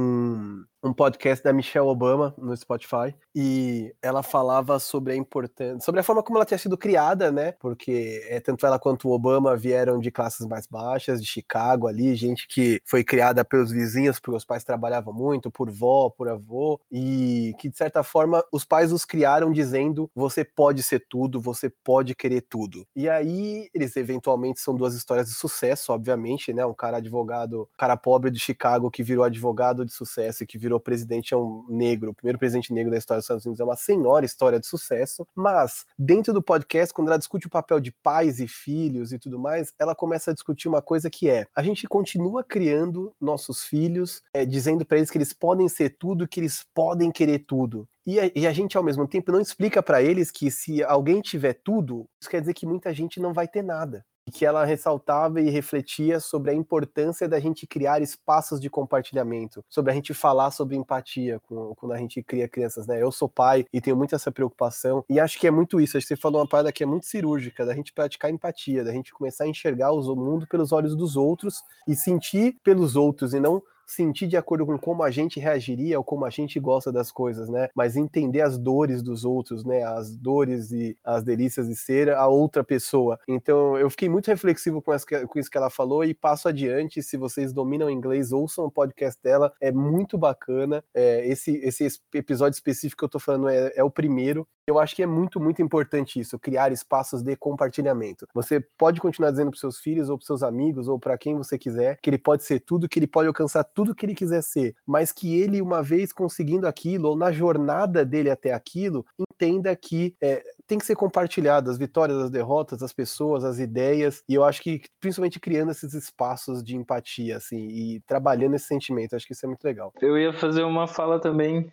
um podcast da Michelle Obama no Spotify, e ela falava sobre a importância, sobre a forma como ela tinha sido criada, né? Porque tanto ela quanto o Obama vieram de classes mais baixas, de Chicago ali, gente que foi criada pelos vizinhos, porque os pais trabalhavam muito, por vó, por avô, e que de certa forma os pais os criaram dizendo: você pode ser tudo, você pode querer tudo. E aí eles eventualmente são duas histórias de sucesso, obviamente, né? Um cara advogado, um cara pobre de Chicago que virou advogado de sucesso e que virou presidente, é um negro, o primeiro presidente negro da história dos Estados Unidos, é uma senhora história de sucesso. Mas dentro do podcast, quando ela discute o papel de pais e filhos e tudo mais, ela começa a discutir uma coisa que a gente continua criando nossos filhos, dizendo para eles que eles podem ser tudo, que eles podem querer tudo. E a gente, ao mesmo tempo, não explica para eles que se alguém tiver tudo, isso quer dizer que muita gente não vai ter nada. E que ela ressaltava e refletia sobre a importância da gente criar espaços de compartilhamento, sobre a gente falar sobre empatia quando a gente cria crianças, né? Eu sou pai e tenho muito essa preocupação, e acho que é muito isso. Acho que você falou uma parada que é muito cirúrgica, da gente praticar empatia, da gente começar a enxergar o mundo pelos olhos dos outros e sentir pelos outros, e não sentir de acordo com como a gente reagiria ou como a gente gosta das coisas, né? Mas entender as dores dos outros, né? As dores e as delícias de ser a outra pessoa. Então, eu fiquei muito reflexivo com isso que ela falou e passo adiante. Se vocês dominam inglês, ouçam o podcast dela. É muito bacana. Esse episódio específico que eu tô falando é o primeiro. Eu acho que é muito, muito importante isso, criar espaços de compartilhamento. Você pode continuar dizendo para seus filhos ou para seus amigos ou para quem você quiser que ele pode ser tudo, que ele pode alcançar tudo que ele quiser ser, mas que ele, uma vez conseguindo aquilo, ou na jornada dele até aquilo, entenda que tem que ser compartilhado, as vitórias, as derrotas, as pessoas, as ideias, e eu acho que principalmente criando esses espaços de empatia, assim, e trabalhando esse sentimento, acho que isso é muito legal. Eu ia fazer uma fala também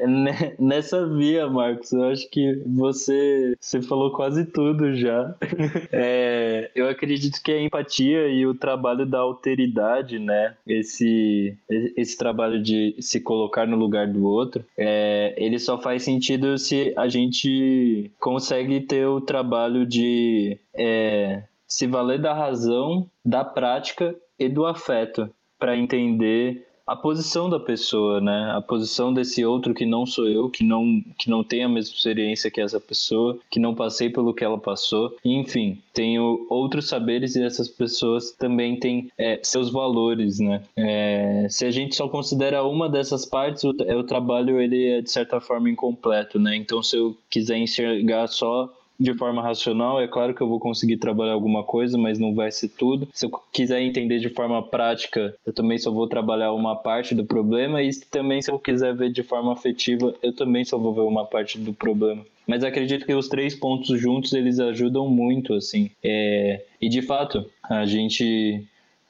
nessa via, Marcos. Eu acho que você falou quase tudo já. Eu acredito que a empatia e o trabalho da alteridade, né? Esse trabalho de se colocar no lugar do outro, ele só faz sentido se a gente consegue ter o trabalho de se valer da razão, da prática e do afeto para entender a posição da pessoa, né? A posição desse outro que não sou eu, que não tem a mesma experiência que essa pessoa, que não passei pelo que ela passou. Enfim, tenho outros saberes e essas pessoas também têm seus valores, né? Se a gente só considera uma dessas partes, o trabalho ele é de certa forma incompleto, né? Então, se eu quiser enxergar só de forma racional, é claro que eu vou conseguir trabalhar alguma coisa, mas não vai ser tudo. Se eu quiser entender de forma prática, eu também só vou trabalhar uma parte do problema, e também se eu quiser ver de forma afetiva, eu também só vou ver uma parte do problema. Mas acredito que os 3 pontos juntos, eles ajudam muito, assim. E de fato, a gente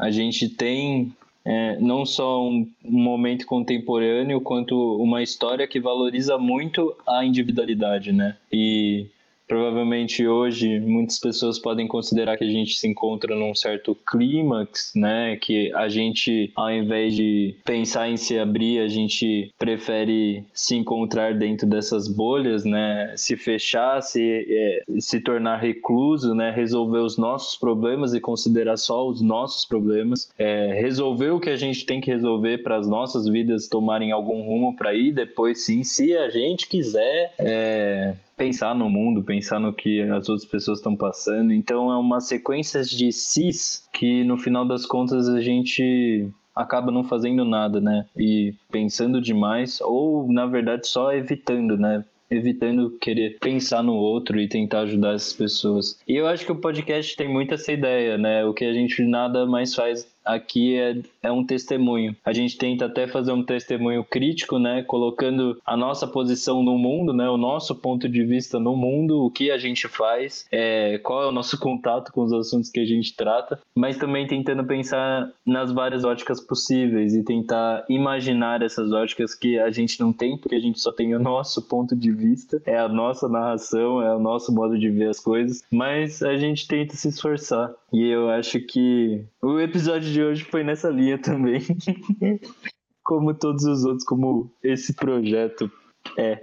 tem não só um momento contemporâneo, quanto uma história que valoriza muito a individualidade, né? E provavelmente hoje muitas pessoas podem considerar que a gente se encontra num certo clímax, né? Que a gente, ao invés de pensar em se abrir, a gente prefere se encontrar dentro dessas bolhas, né? Se fechar, se tornar recluso, né? Resolver os nossos problemas e considerar só os nossos problemas. Resolver o que a gente tem que resolver para as nossas vidas tomarem algum rumo para ir depois, sim, se a gente quiser pensar no mundo, pensar no que as outras pessoas estão passando. Então é uma sequência de sis que no final das contas a gente acaba não fazendo nada, né? E pensando demais, ou na verdade só evitando, né? Evitando querer pensar no outro e tentar ajudar essas pessoas. E eu acho que o podcast tem muito essa ideia, né? O que a gente nada mais faz aqui é um testemunho. A gente tenta até fazer um testemunho crítico, né? Colocando a nossa posição no mundo, né? O nosso ponto de vista no mundo, o que a gente faz, qual é o nosso contato com os assuntos que a gente trata, mas também tentando pensar nas várias óticas possíveis e tentar imaginar essas óticas que a gente não tem, porque a gente só tem o nosso ponto de vista, é a nossa narração, é o nosso modo de ver as coisas, mas a gente tenta se esforçar. E eu acho que o episódio de hoje foi nessa linha também. como todos os outros, como esse projeto é.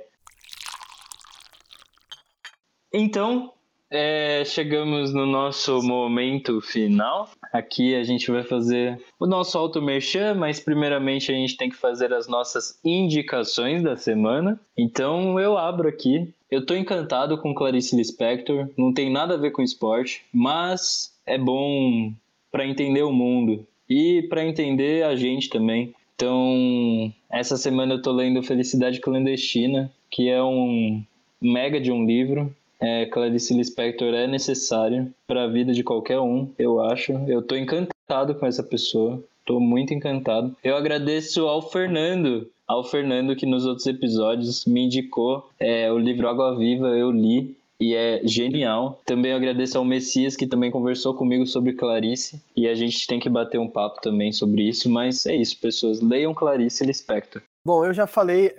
Então, chegamos no nosso momento final. Aqui a gente vai fazer o nosso auto-merchan, mas primeiramente a gente tem que fazer as nossas indicações da semana. Então eu abro aqui. Eu tô encantado com Clarice Lispector, não tem nada a ver com esporte, mas é bom para entender o mundo e para entender a gente também. Então, essa semana eu tô lendo Felicidade Clandestina, que é um mega de um livro. Clarice Lispector é necessário para a vida de qualquer um, eu acho. Eu tô encantado com essa pessoa, tô muito encantado. Eu agradeço ao Fernando que nos outros episódios me indicou o livro Água Viva, eu li e é genial. Também agradeço ao Messias, que também conversou comigo sobre Clarice, e a gente tem que bater um papo também sobre isso, mas é isso, pessoas, leiam Clarice Lispector. Bom, eu já falei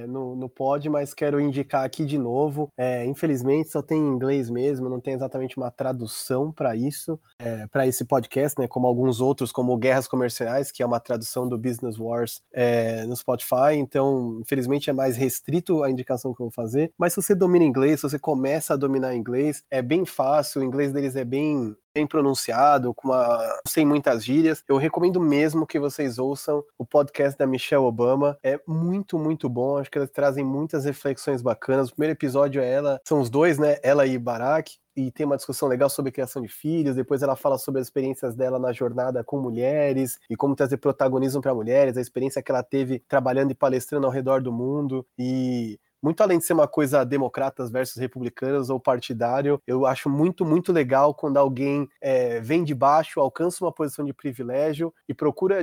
no pod, mas quero indicar aqui de novo. Infelizmente só tem em inglês mesmo, não tem exatamente uma tradução para isso, para esse podcast, né? Como alguns outros, como Guerras Comerciais, que é uma tradução do Business Wars no Spotify. Então, infelizmente é mais restrito a indicação que eu vou fazer. Mas se você domina inglês, se você começa a dominar inglês, é bem fácil. O inglês deles é bem pronunciado, sem muitas gírias. Eu recomendo mesmo que vocês ouçam o podcast da Michelle Obama. É muito, muito bom. Acho que elas trazem muitas reflexões bacanas. O primeiro episódio são os dois, né? Ela e Barack. E tem uma discussão legal sobre criação de filhos. Depois ela fala sobre as experiências dela na jornada com mulheres e como trazer protagonismo para mulheres, a experiência que ela teve trabalhando e palestrando ao redor do mundo. E muito além de ser uma coisa democratas versus republicanos ou partidário, eu acho muito, muito legal quando alguém vem de baixo, alcança uma posição de privilégio e procura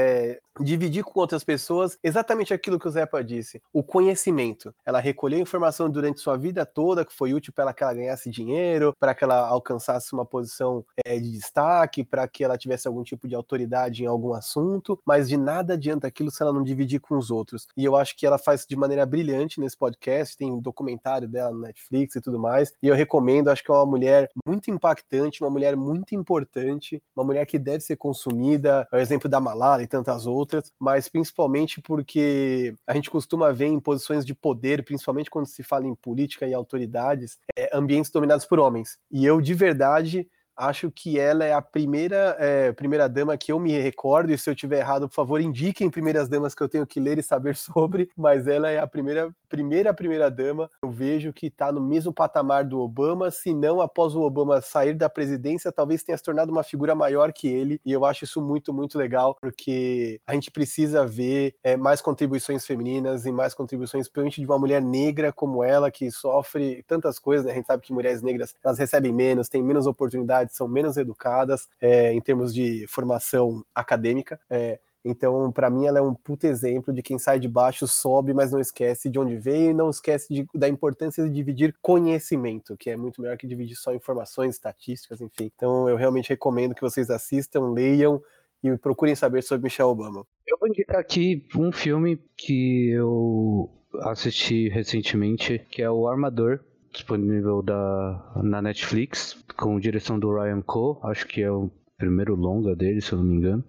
dividir com outras pessoas exatamente aquilo que o Zepa disse, o conhecimento. Ela recolheu informação durante sua vida toda, que foi útil para que ela ganhasse dinheiro, para que ela alcançasse uma posição de destaque, para que ela tivesse algum tipo de autoridade em algum assunto, mas de nada adianta aquilo se ela não dividir com os outros. E eu acho que ela faz de maneira brilhante nesse podcast, tem um documentário dela no Netflix e tudo mais, e eu recomendo. Acho que é uma mulher muito impactante, uma mulher muito importante, uma mulher que deve ser consumida, é o exemplo da Malala e tantas outras, mas principalmente porque a gente costuma ver em posições de poder, principalmente quando se fala em política e autoridades, ambientes dominados por homens, e eu de verdade acho que ela é a primeira dama que eu me recordo, e se eu tiver errado, por favor, indiquem primeiras damas que eu tenho que ler e saber sobre, mas ela é a primeira dama. Eu vejo que está no mesmo patamar do Obama, se não após o Obama sair da presidência, talvez tenha se tornado uma figura maior que ele, e eu acho isso muito, muito legal, porque a gente precisa ver mais contribuições femininas e mais contribuições, principalmente de uma mulher negra como ela, que sofre tantas coisas, né? A gente sabe que mulheres negras, elas recebem menos, têm menos oportunidades, são menos educadas em termos de formação acadêmica. Então, para mim, ela é um puto exemplo de quem sai de baixo, sobe, mas não esquece de onde veio e não esquece da importância de dividir conhecimento, que é muito melhor que dividir só informações, estatísticas, enfim. Então, eu realmente recomendo que vocês assistam, leiam e procurem saber sobre Michelle Obama. Eu vou indicar aqui um filme que eu assisti recentemente, que é o Armador, disponível na Netflix, com direção do Ryan Coe, acho que é o primeiro longa dele, se eu não me engano.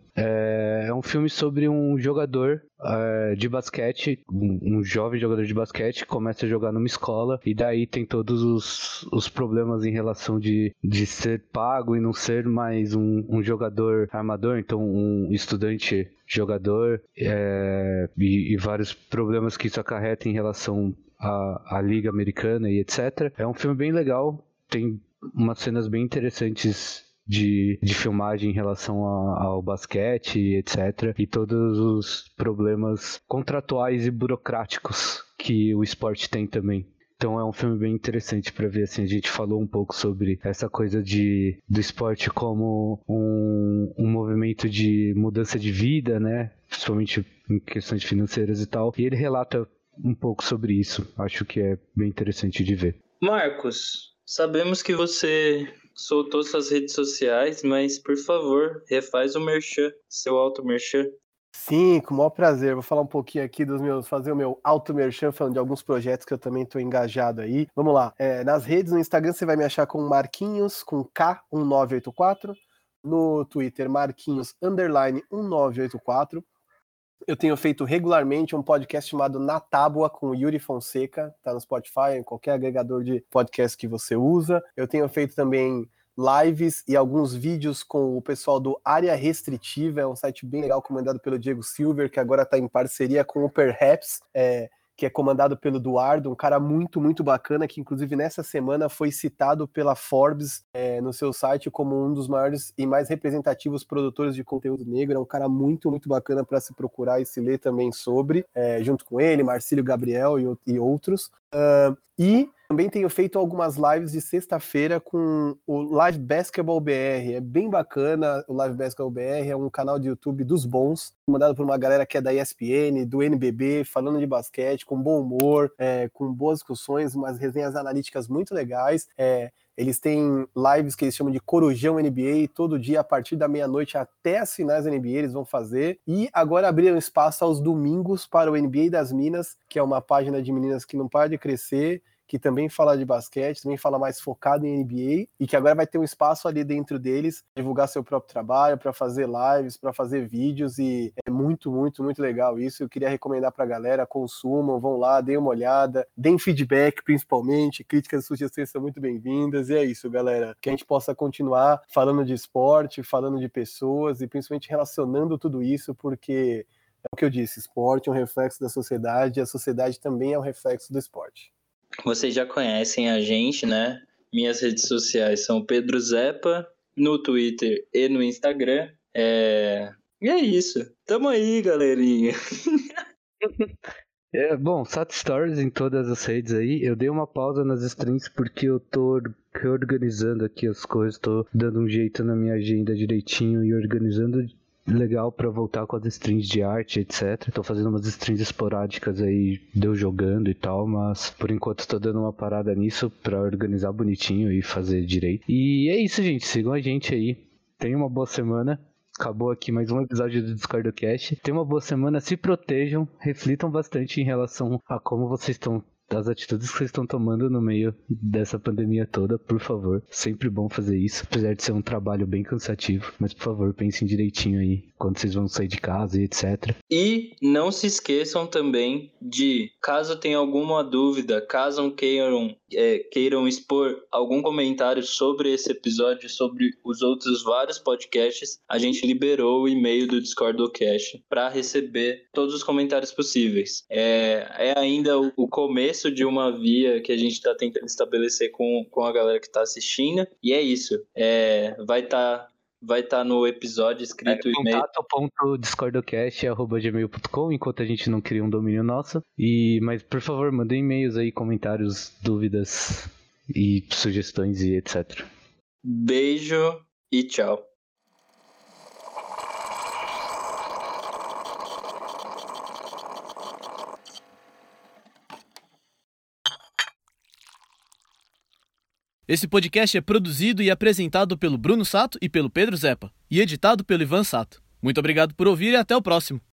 É um filme sobre um jogador de basquete, um jovem jogador de basquete que começa a jogar numa escola, e daí tem todos os problemas em relação de ser pago e não ser mais um jogador armador, então um estudante jogador, e vários problemas que isso acarreta em relação à Liga Americana e etc. É um filme bem legal, tem umas cenas bem interessantes de filmagem em relação ao basquete, etc. E todos os problemas contratuais e burocráticos que o esporte tem também. Então é um filme bem interessante para ver, assim, a gente falou um pouco sobre essa coisa do esporte como um movimento de mudança de vida, né? Principalmente em questões financeiras e tal. E ele relata um pouco sobre isso. Acho que é bem interessante de ver. Marcos, sabemos que você soltou suas redes sociais, mas, por favor, refaz o merchan, seu auto-merchan. Sim, com o maior prazer. Vou falar um pouquinho aqui fazer o meu auto-merchan, falando de alguns projetos que eu também estou engajado aí. Vamos lá. Nas redes, no Instagram, você vai me achar com Marquinhos, com K1984. No Twitter, Marquinhos, _1984. Eu tenho feito regularmente um podcast chamado Na Tábua com o Yuri Fonseca, tá no Spotify, em qualquer agregador de podcast que você usa. Eu tenho feito também lives e alguns vídeos com o pessoal do Área Restritiva, é um site bem legal comandado pelo Diego Silver, que agora está em parceria com o Perhaps, que é comandado pelo Eduardo, um cara muito, muito bacana, que inclusive nessa semana foi citado pela Forbes no seu site como um dos maiores e mais representativos produtores de conteúdo negro. É um cara muito, muito bacana para se procurar e se ler também sobre, junto com ele, Marcílio Gabriel e outros. E também tenho feito algumas lives de sexta-feira com o Live Basketball BR. É bem bacana, o Live Basketball BR é um canal de YouTube dos bons, mandado por uma galera que é da ESPN, do NBB, falando de basquete, com bom humor, com boas discussões, umas resenhas analíticas muito legais. Eles têm lives que eles chamam de Corujão NBA, todo dia a partir da meia-noite até as finais da NBA eles vão fazer. E agora abriram espaço aos domingos para o NBA das Minas, que é uma página de meninas que não para de crescer, que também fala de basquete, também fala mais focado em NBA, e que agora vai ter um espaço ali dentro deles, divulgar seu próprio trabalho, para fazer lives, para fazer vídeos, e é muito, muito, muito legal isso. Eu queria recomendar para a galera, consumam, vão lá, deem uma olhada, deem feedback principalmente, críticas e sugestões são muito bem-vindas, e é isso, galera, que a gente possa continuar falando de esporte, falando de pessoas, e principalmente relacionando tudo isso, porque é o que eu disse, esporte é um reflexo da sociedade, e a sociedade também é um reflexo do esporte. Vocês já conhecem a gente, né? Minhas redes sociais são Pedro Zepa, no Twitter e no Instagram. E é isso. Tamo aí, galerinha. Bom, Sat Stories em todas as redes aí. Eu dei uma pausa nas streams porque eu tô reorganizando aqui as coisas, tô dando um jeito na minha agenda direitinho e organizando legal pra voltar com as streams de arte, etc. Tô fazendo umas streams esporádicas aí, deu jogando e tal, mas por enquanto tô dando uma parada nisso pra organizar bonitinho e fazer direito. E é isso, gente. Sigam a gente aí. Tenham uma boa semana. Acabou aqui mais um episódio do DiscordoCast. Tenham uma boa semana, se protejam, reflitam bastante em relação a como vocês estão, das atitudes que vocês estão tomando no meio dessa pandemia toda, por favor. Sempre bom fazer isso, apesar de ser um trabalho bem cansativo. Mas, por favor, pensem direitinho aí, quando vocês vão sair de casa e etc. E não se esqueçam também de, caso tenha alguma dúvida, caso queiram expor algum comentário sobre esse episódio, sobre os outros vários podcasts, a gente liberou o e-mail do DiscordoCast para receber todos os comentários possíveis. É ainda o começo de uma via que a gente está tentando estabelecer com a galera que está assistindo, e é isso. Vai estar no episódio escrito o e-mail. Contato.discordocast@gmail.com, enquanto a gente não cria um domínio nosso. Mas, por favor, mandem e-mails aí, comentários, dúvidas e sugestões e etc. Beijo e tchau. Esse podcast é produzido e apresentado pelo Bruno Sato e pelo Pedro Zepa, e editado pelo Ivan Sato. Muito obrigado por ouvir e até o próximo.